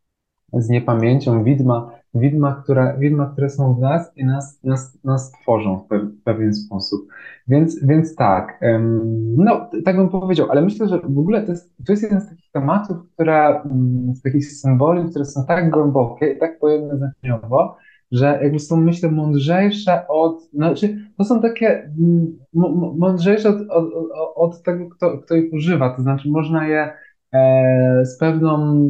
S3: z niepamięcią, widma, widma, które, widma, które są w nas i nas, nas, nas tworzą w pe- w pewien sposób. Więc, więc tak, em, no tak bym powiedział, ale myślę, że w ogóle to jest, to jest jeden z takich tematów, które, mm, z takich symboli, które są tak głębokie i tak pojemne znaczeniowo, że jakby są, myślę, mądrzejsze od, znaczy, to są takie mm, m- m- mądrzejsze od, od, od od tego, kto, kto ich używa, to znaczy można je e, z pewną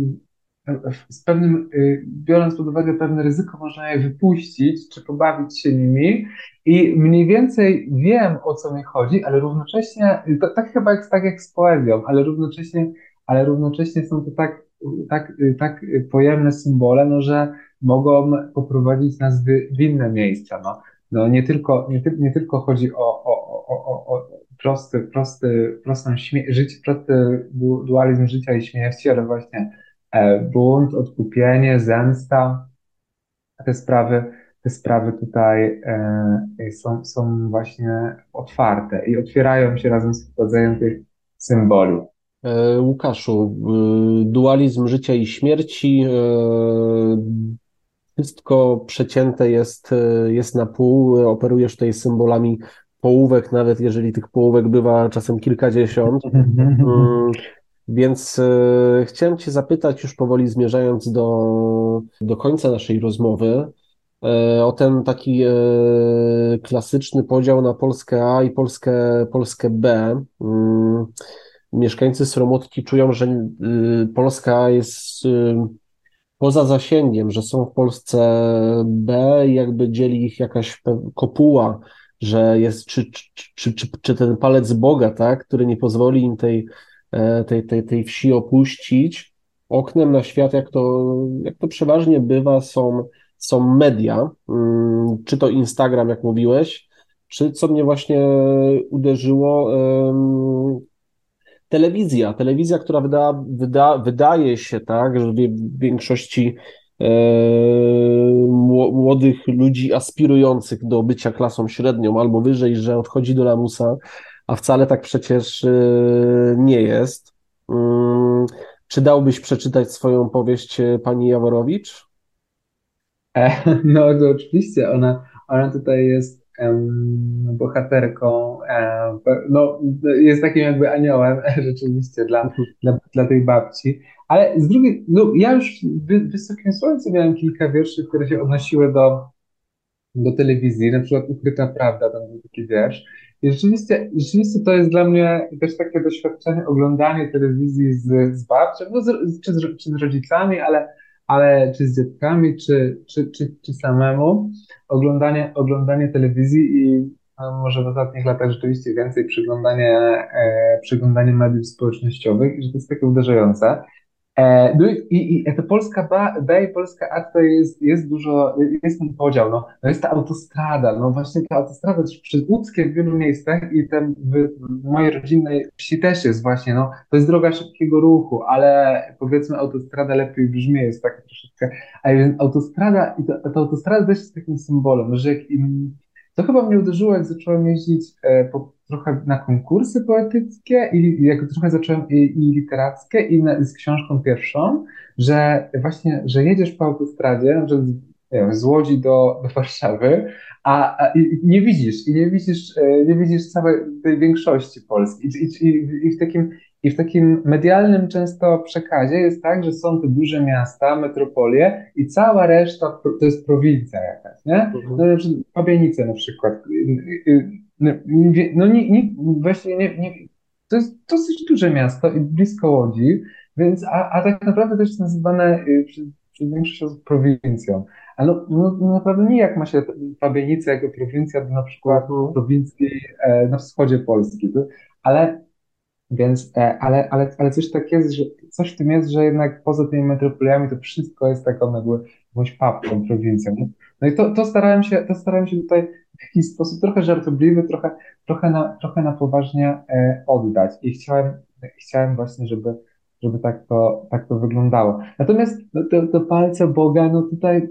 S3: z pewnym, y, biorąc pod uwagę pewne ryzyko, można je wypuścić, czy pobawić się nimi i mniej więcej wiem, o co mi chodzi, ale równocześnie, to, tak chyba jak, tak jak z poezją, ale równocześnie, ale równocześnie są to tak, tak, tak pojemne symbole, no, że mogą poprowadzić nas w, w inne miejsca. No. No, nie tylko, nie, ty, nie tylko chodzi o, o, o, o, o prosty, prosty, prostą śmie- życie, prosty du- dualizm życia i śmierci, ale właśnie e, bunt, odkupienie, zemsta, te sprawy, te sprawy tutaj e, są, są właśnie otwarte i otwierają się razem z wchodzeniem tych symboli.
S2: E, Łukaszu, y, dualizm życia i śmierci, e, wszystko przecięte jest, e, jest na pół, operujesz tutaj symbolami połówek, nawet jeżeli tych połówek bywa czasem kilkadziesiąt. Mm, Więc e, chciałem Cię zapytać, już powoli zmierzając do, do końca naszej rozmowy, e, o ten taki e, klasyczny podział na Polskę A i Polskę, Polskę B. Mm, Mieszkańcy Sromotki czują, że y, Polska jest y, poza zasięgiem, że są w Polsce B i jakby dzieli ich jakaś pe- kopuła, że jest czy, czy, czy, czy, czy ten palec Boga, tak, który nie pozwoli im tej, e, tej, tej, tej wsi opuścić. Oknem na świat, jak to, jak to przeważnie bywa, są, są media, mm, czy to Instagram, jak mówiłeś, czy co mnie właśnie uderzyło, em, telewizja, telewizja, która wyda, wyda, wydaje się tak, że w w większości e, mło- młodych ludzi aspirujących do bycia klasą średnią albo wyżej, że odchodzi do lamusa, a wcale tak przecież e, nie jest. Mm, Czy dałbyś przeczytać swoją powieść e, pani Jaworowicz?
S3: E, No to oczywiście ona, ona tutaj jest em, bohaterką, e, pe- no jest takim jakby aniołem rzeczywiście dla, dla, dla tej babci. Ale z drugiej, no ja już w Wy- Wysokim Słońcu miałem kilka wierszy, które się odnosiły do, do telewizji, na przykład Ukryta Prawda, tam był taki wiersz. I rzeczywiście, rzeczywiście to jest dla mnie też takie doświadczenie, oglądanie telewizji z, z babcią, no z, czy, z, czy z rodzicami, ale, ale czy z dziadkami, czy, czy, czy, czy samemu. Oglądanie, oglądanie telewizji i no, może w ostatnich latach rzeczywiście więcej przyglądanie, e, przyglądanie mediów społecznościowych, i że to jest takie uderzające. E, no i, i i to Polska B, B i Polska A to jest, jest dużo, jest ten podział, no, no jest ta autostrada, no właśnie ta autostrada też przez Łódzkie w wielu miejscach i tam w, w mojej rodzinnej wsi też jest właśnie, no to jest droga szybkiego ruchu, ale powiedzmy autostrada lepiej brzmi, jest taka troszeczkę, a więc autostrada i ta, ta autostrada też jest takim symbolem, że jak im, to chyba mnie uderzyło, jak zacząłem jeździć e, po, trochę na konkursy poetyckie i jak trochę zacząłem i, i literackie i na, z książką pierwszą, że właśnie, że jedziesz po autostradzie, na przykład z, nie wiem, z Łodzi do, do Warszawy, a, a i, i nie widzisz, i nie widzisz, e, nie widzisz całej tej większości Polski. I, i, i, i w takim i w takim medialnym często przekazie jest tak, że są te duże miasta, metropolie i cała reszta pro- to jest prowincja jakaś, nie?
S2: Mhm.
S3: No, na przykład Pabianice na przykład. Y, y, No, nie, wie- no nie, nie, właśnie nie, nie, to jest dosyć duże miasto i blisko Łodzi, więc, a, a tak naprawdę też jest nazywane y, przez, przez większość osób prowincją. Ale no, no, no naprawdę nijak ma się Pabianice jako prowincja do na przykład
S2: Mhm.
S3: prowincji e, na wschodzie Polski. To- Ale więc, e, ale, ale, ale coś tak jest, że coś w tym jest, że jednak poza tymi metropoliami to wszystko jest taką jakby jakąś papką, prowincją. No i to, to starałem się, to starałem się tutaj w jakiś sposób trochę żartobliwy, trochę, trochę na, trochę na poważnie e, oddać. I chciałem, chciałem właśnie, żeby, żeby tak to, tak to wyglądało. Natomiast no, to, to palce Boga, no tutaj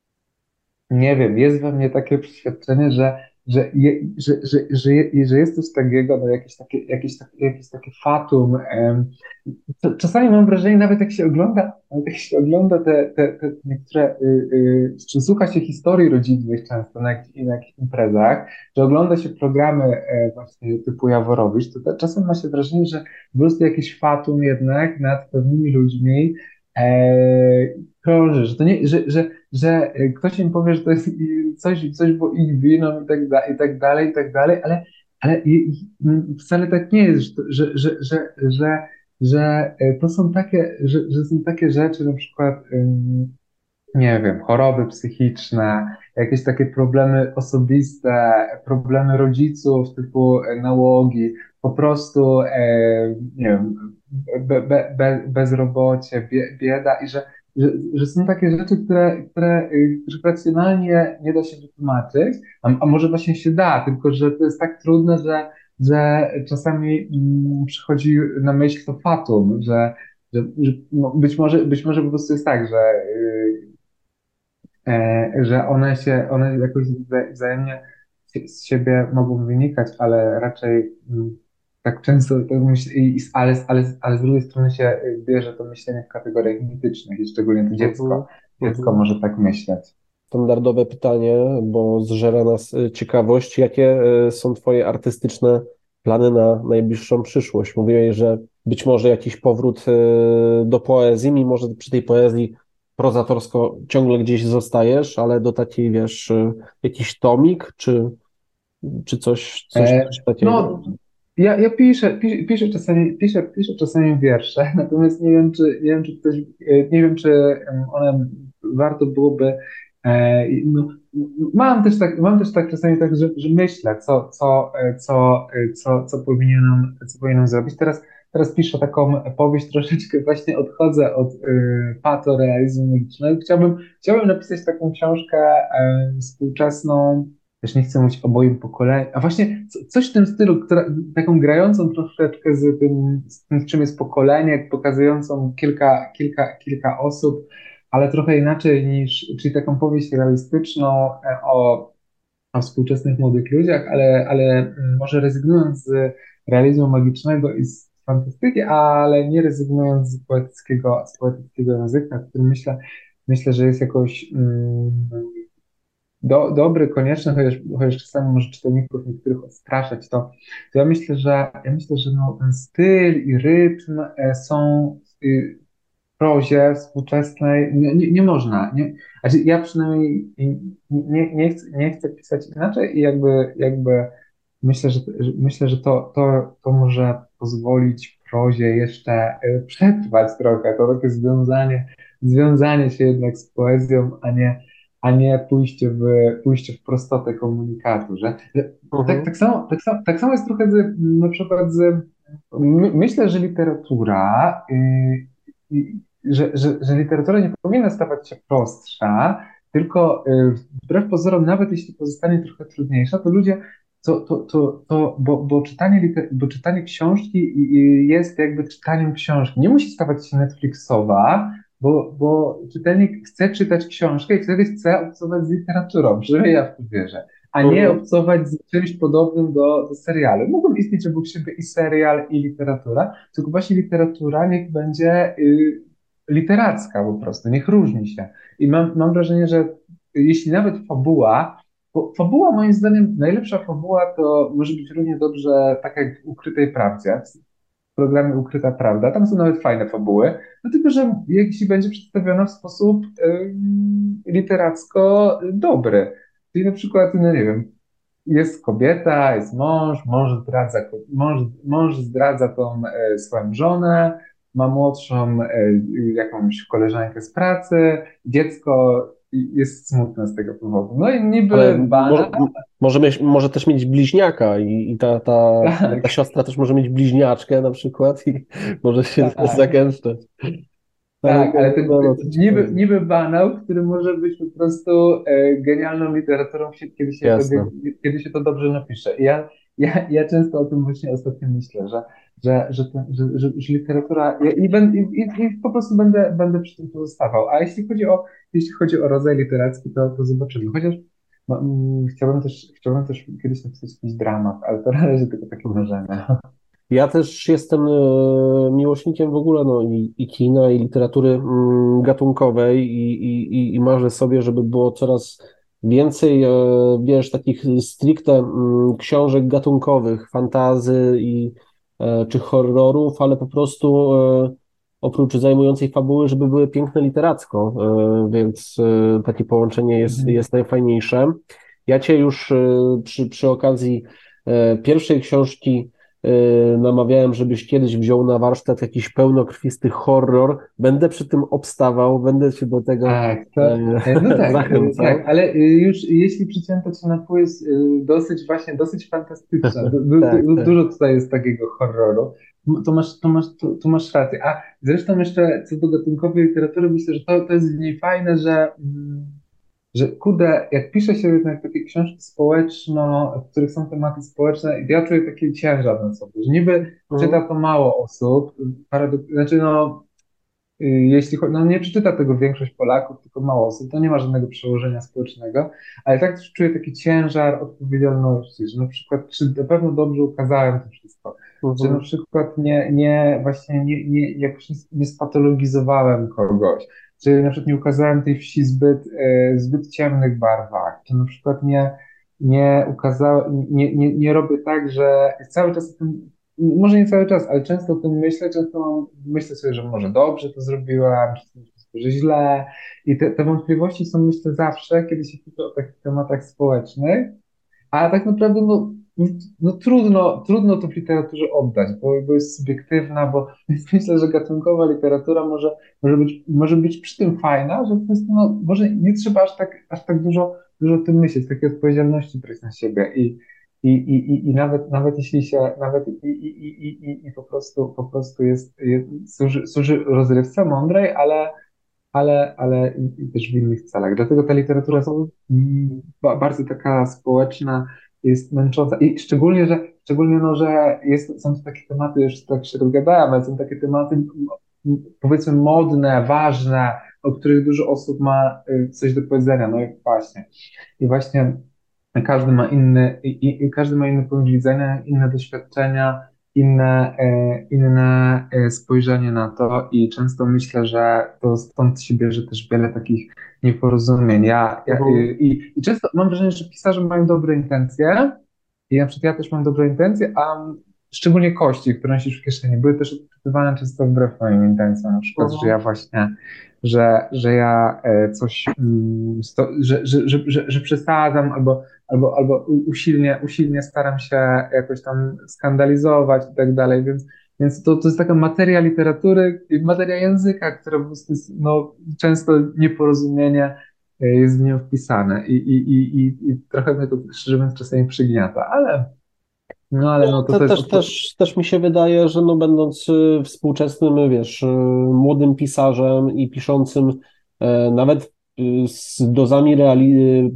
S3: nie wiem, jest we mnie takie przeświadczenie, że, że, je, że, że, że, je, że jest coś takiego, no jakieś takie, jakieś, takie- jakieś takie fatum. em, to- Czasami mam wrażenie, nawet jak się ogląda, nawet jak się ogląda te, te, te niektóre, y, y, czy słucha się historii rodzinnych często na, jak- na jakichś imprezach, że ogląda się programy e, właśnie typu Jaworowicz, to, to czasem ma się wrażenie, że po prostu jakieś fatum jednak nad pewnymi ludźmi e, krąży, że to nie, że, że, że ktoś im powie, że to jest i- coś, coś było ich winą i tak, da, i tak dalej, i tak dalej, ale, ale i, i, wcale tak nie jest, że, że, że, że że e, to są takie, że, że są takie rzeczy, na przykład, ym, nie wiem, choroby psychiczne, jakieś takie problemy osobiste, problemy rodziców typu e, nałogi, po prostu, e, nie wiem, be, be, be, bezrobocie, bie, bieda i że, że, że są takie rzeczy, które, które, y, których racjonalnie nie da się wytłumaczyć, a, a może właśnie się da, tylko że to jest tak trudne, że że czasami mm, przychodzi na myśl to fatum, że, że, że no, być może, być może po prostu jest tak, że, y, e, że one się, one jakoś wza- wzajemnie z z siebie mogą wynikać, ale raczej mm, tak często to myśl, i, i- ale, ale, ale z drugiej strony się y, bierze to myślenie w kategoriach mitycznych i szczególnie to
S2: Mhm,
S3: dziecko. Dziecko
S2: mhm.
S3: może tak myśleć.
S2: Standardowe pytanie, bo zżera nas y, ciekawość. Jakie y, są Twoje artystyczne plany na najbliższą przyszłość? Mówiłeś, że być może jakiś powrót y, do poezji, mimo że przy tej poezji prozatorsko ciągle gdzieś zostajesz, ale do takiej, wiesz, y, jakiś tomik, czy, czy coś, coś,
S3: E,
S2: coś takiego?
S3: no, ja, ja piszę, piszę, piszę czasami, piszę, piszę czasami wiersze, natomiast nie wiem, czy, nie wiem, czy ktoś, e, nie wiem, czy em, one warto byłoby, e, i, no, mam też tak, mam też tak czasami tak, że, że myślę, co, co, e, co, e, co, co powinienem, co powinienem zrobić. Teraz, teraz piszę taką powieść, troszeczkę właśnie odchodzę od y, patorealizmu magicznego. Chciałbym, chciałbym napisać taką książkę e, współczesną, też nie chcę mówić o moim pokoleniu, a właśnie co- coś w tym stylu, która, taką grającą troszeczkę z tym, z tym, czym jest pokolenie, pokazującą kilka, kilka, kilka osób, ale trochę inaczej niż, czyli taką powieść realistyczną e, o, o współczesnych młodych ludziach, ale, ale mm, może rezygnując z realizmu magicznego i z fantastyki, ale nie rezygnując z poetyckiego, z poetyckiego języka, który myślę, myślę, że jest jakoś mm, do, dobry, konieczny, chociaż, chociaż czasami może czytelników niektórych odstraszać, to, to ja myślę, że ja myślę, że no, ten styl i rytm e, są y, w prozie współczesnej, nie, nie, nie można. Nie, znaczy ja przynajmniej nie, nie, chcę, nie chcę pisać inaczej i jakby, jakby myślę, że, że myślę, że to, to, to może pozwolić prozie jeszcze y, przetrwać trochę, to takie związanie, związanie się jednak z poezją, a nie a nie pójście w, pójście w prostotę komunikatu, że, że tak,
S2: Mhm.
S3: tak samo, tak samo, tak samo jest trochę z, na przykład z, my, myślę, że literatura, yy, yy, że, że, że literatura nie powinna stawać się prostsza, tylko yy, wbrew pozorom, nawet jeśli pozostanie trochę trudniejsza, to ludzie, to, to, to, to, bo, bo, czytanie, liter- bo czytanie książki i- i jest jakby czytaniem książki. Nie musi stawać się Netflixowa, bo, bo czytelnik chce czytać książkę i wtedy chce obcować z literaturą, przynajmniej ja w to wierzę, a nie
S2: Mhm.
S3: obcować z czymś podobnym do, do serialu. Mogą istnieć obok siebie i serial, i literatura, tylko właśnie literatura niech będzie y, literacka po prostu, niech różni się. I mam, mam wrażenie, że jeśli nawet fabuła, bo fabuła moim zdaniem, najlepsza fabuła to może być równie dobrze tak jak w Ukrytej Prawdzie, programie Ukryta Prawda. Tam są nawet fajne fabuły, no tylko, że jeśli będzie przedstawiona w sposób ym, literacko dobry. Czyli na przykład, no nie wiem, jest kobieta, jest mąż, mąż zdradza, mąż, mąż zdradza tą e, swoją żonę, ma młodszą e, jakąś koleżankę z pracy, dziecko jest smutne z tego powodu. No i
S2: Ale
S3: niby
S2: może,
S3: bana,
S2: może, mieć, może też mieć bliźniaka i, i ta, ta, ta
S3: tak,
S2: siostra też może mieć bliźniaczkę na przykład i może się
S3: tak.
S2: zagęszczać. Ale
S3: Tak,
S2: no,
S3: ale ten,
S2: no, no
S3: ten,
S2: to
S3: niby,
S2: ciekawe.
S3: niby banał, który może być po prostu e, genialną literaturą, się- kiedy się to, ge-
S2: Jasne.
S3: kiedy się to dobrze napisze. I ja, ja, ja często o tym właśnie ostatnio myślę, że, że, że, ten, że, że, że literatura ja, i, ben, i, i, i po prostu będę, będę przy tym pozostawał. A jeśli chodzi o, jeśli chodzi o rodzaj literacki, to, to zobaczymy. Chociaż no, mm, chciałbym też, chciałbym też kiedyś napisać jakiś dramat, ale to na razie tylko takie marzenia.
S2: Ja też jestem e, miłośnikiem w ogóle no, i, i kina, i literatury mm, gatunkowej i, i, i i marzę sobie, żeby było coraz więcej, e, wiesz, takich stricte mm, książek gatunkowych, fantazy i, e, czy horrorów, ale po prostu e, oprócz zajmującej fabuły, żeby były piękne literacko, e, więc e, takie połączenie jest,
S3: Mhm.
S2: jest najfajniejsze. Ja cię już e, przy, przy okazji e, pierwszej książki Yy, namawiałem, żebyś kiedyś wziął na warsztat jakiś pełnokrwisty horror. Będę przy tym obstawał, będę cię do tego
S3: Tak, to,
S2: e,
S3: e, no tak, e, tak,
S2: zachęcał.
S3: ale e, już jeśli przycięto cię na płys, e, dosyć właśnie, dosyć fantastyczna, du, du,
S2: Tak,
S3: du,
S2: tak.
S3: dużo tutaj jest takiego horroru, M- to masz, to masz, to, to masz rację, a zresztą jeszcze co do gatunkowej literatury, myślę, że to, to jest w niej fajne, że mm, że kurde, jak pisze się jednak takie książki społeczno, w których są tematy społeczne, ja czuję taki ciężar na sobie, że niby
S2: Mhm.
S3: czyta to mało osób, paradok- znaczy no Y, jeśli chodzi, no nie przeczyta tego większość Polaków, tylko mało osób, to nie ma żadnego przełożenia społecznego, ale tak też czuję taki ciężar odpowiedzialności, że na przykład, czy na pewno dobrze ukazałem to wszystko, czy na
S2: Mhm.
S3: przykład nie, nie właśnie nie, nie, jakoś nie, nie spatologizowałem kogoś, czy na przykład nie ukazałem tej wsi zbyt, e, zbyt ciemnych barwach, czy na przykład nie, nie ukazałem, nie, nie, nie robię tak, że cały czas o tym może nie cały czas, ale często o tym myślę, często mam- myślę sobie, że może dobrze to zrobiłam, czy coś, że źle. I te, te wątpliwości są myślę zawsze, kiedy się pisze o takich tematach społecznych, a tak naprawdę no, no trudno, trudno to w literaturze oddać, bo, bo jest subiektywna, bo więc myślę, że gatunkowa literatura może, może być, może być przy tym fajna, że po prostu no, może nie trzeba aż tak, aż tak dużo, dużo o tym myśleć, takiej odpowiedzialności brać na siebie i i, i, i, i nawet, nawet jeśli się, nawet i, i, i, i, i i po prostu, po prostu jest, jest służy, służy rozrywce mądrej, ale, ale, ale i, i też w innych celach. Dlatego ta literatura jest
S2: Mhm.
S3: mm, ba- bardzo taka społeczna, jest męcząca i szczególnie, że szczególnie no, że jest, są to takie tematy, już tak się rozgadałem, ale są takie tematy m, powiedzmy modne, ważne, o których dużo osób ma y, coś do powiedzenia. No i właśnie. I właśnie każdy ma inny, i, i, i każdy ma inny punkt widzenia, inne doświadczenia, inne, e, inne e, spojrzenie na to i często myślę, że to stąd się bierze też wiele takich nieporozumień. Ja, ja,
S2: Mhm.
S3: i, i i często mam wrażenie, że pisarze mają dobre intencje i na przykład ja też mam dobre intencje, a szczególnie kości, które nosisz w kieszeni, były też odczytywane często wbrew moim intencjom, na przykład, że
S2: Mhm.
S3: ja właśnie że, że ja e, coś, mm, sto, że, że, że, że, że przesadzam albo, albo, albo u- usilnie, usilnie staram się jakoś tam skandalizować i tak dalej, więc, więc to, to jest taka materia literatury, i materia języka, która po prostu jest no, często nieporozumienie e, jest w nią wpisane i, i, i, i, i trochę mnie to szczerze mówiąc czasami przygniata, ale no ale no to
S2: To
S3: też
S2: też,
S3: odpo-
S2: też, też mi się wydaje, że no będąc y, współczesnym, wiesz, y, młodym pisarzem i piszącym e, nawet y, z dozami reali,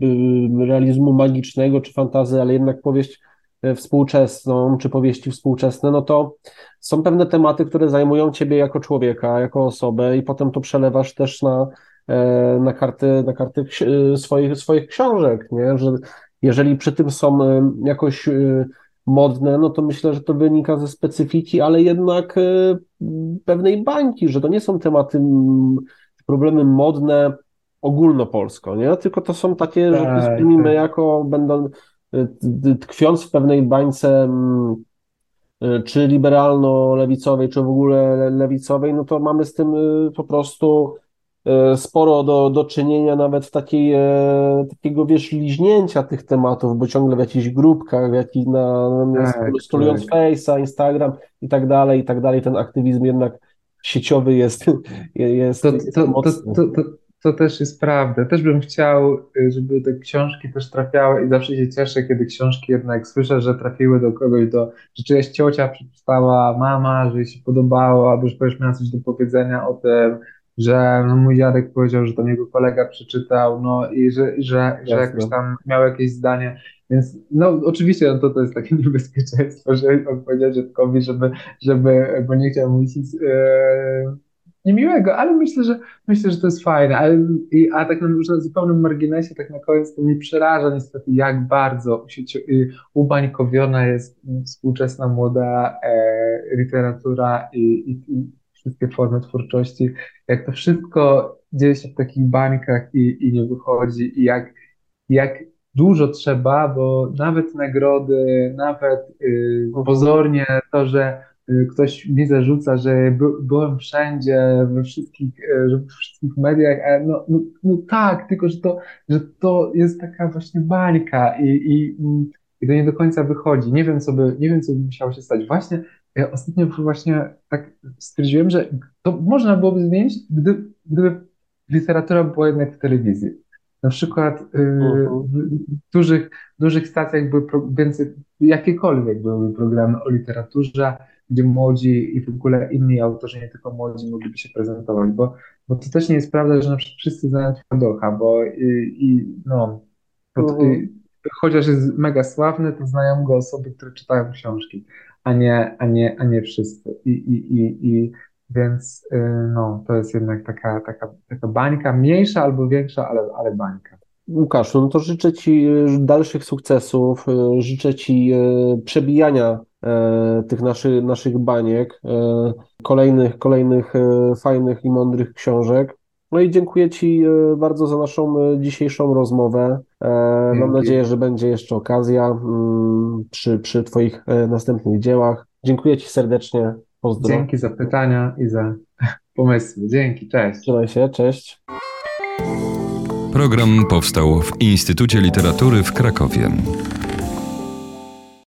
S2: y, realizmu magicznego czy fantazy, ale jednak powieść e, współczesną czy powieści współczesne, no to są pewne tematy, które zajmują ciebie jako człowieka, jako osobę i potem to przelewasz też na, e, na karty, na karty ksi- swoich, swoich książek, nie? Że jeżeli przy tym są e, jakoś e, modne, no to myślę, że to wynika ze specyfiki, ale jednak e, pewnej bańki, że to nie są tematy, m, problemy modne ogólnopolsko, nie? Tylko to są takie rzeczy, z
S3: tak,
S2: którymi my
S3: tak.
S2: jako będą e, t- tkwiąc w pewnej bańce m, e, czy liberalno-lewicowej, czy w ogóle le- lewicowej, no to mamy z tym e, po prostu e, sporo do, do czynienia nawet w takiej, e, takiego, wiesz, liźnięcia tych tematów, bo ciągle w jakichś grupkach, w jakich na, na
S3: Tak,
S2: scrollując
S3: tak.
S2: Face'a, Instagram i tak dalej, i tak dalej, ten aktywizm jednak sieciowy jest, jest,
S3: To,
S2: jest
S3: to, to,
S2: mocny.
S3: to, to, to też jest prawda. Też bym chciał, y, żeby te książki też trafiały i zawsze się cieszę, kiedy książki jednak słyszę, że trafiły do kogoś, do, że czyjaś ciocia przeczytała, mama, że jej się podobało, albo że ktoś miała coś do powiedzenia o tym, że no, mój dziadek powiedział, że tam jego kolega przeczytał, no i że, że, że jakoś tam miał jakieś zdanie, więc no oczywiście no, to, to jest takie niebezpieczeństwo, że on powiedział dziadkowi, żeby, żeby, bo nie chciał mówić nic e, niemiłego, ale myślę, że myślę, że to jest fajne, ale, i, a tak na, już na zupełnym marginesie, tak na koniec, to mi przeraża niestety, jak bardzo usieci- ubańkowiona jest współczesna młoda e, literatura i, i, i wszystkie formy twórczości, jak to wszystko dzieje się w takich bańkach i, i nie wychodzi, i jak, jak dużo trzeba, bo nawet nagrody, nawet y, pozornie to, że y, ktoś mi zarzuca, że by, byłem wszędzie, we wszystkich, y, że we wszystkich mediach, a no, no, no tak, tylko że to, że to jest taka właśnie bańka i, i, i to nie do końca wychodzi. Nie wiem, co by, nie wiem, co by musiało się stać. Właśnie ja ostatnio właśnie tak stwierdziłem, że to można byłoby zmienić, gdy, gdyby literatura była jednak w telewizji. Na przykład y,
S2: Mhm.
S3: w dużych, dużych stacjach były pro, więcej, jakiekolwiek były programy o literaturze, gdzie młodzi i w ogóle inni autorzy, nie tylko młodzi, mogliby się prezentować, bo, bo to też nie jest prawda, że na przykład wszyscy znają Twardocha, bo i, i no, bo to,
S2: Mhm.
S3: i, chociaż jest mega sławny, to znają go osoby, które czytają książki, a nie, a nie, a nie wszyscy. I, i, i, i więc y, no, to jest jednak taka, taka, taka bańka, mniejsza albo większa, ale, ale bańka.
S2: Łukaszu, no to życzę Ci e, dalszych sukcesów, e, życzę Ci e, przebijania e, tych naszych, naszych baniek, e, kolejnych, kolejnych e, fajnych i mądrych książek. No i dziękuję Ci e, bardzo za naszą e, dzisiejszą rozmowę. E, Mam
S3: Dzięki.
S2: nadzieję, że będzie jeszcze okazja mm, przy, przy Twoich e, następnych dziełach. Dziękuję Ci serdecznie. Pozdro.
S3: Dzięki za pytania i za pomysły. Dzięki, cześć.
S2: Trzymaj się, cześć.
S1: Program powstał w Instytucie Literatury w Krakowie.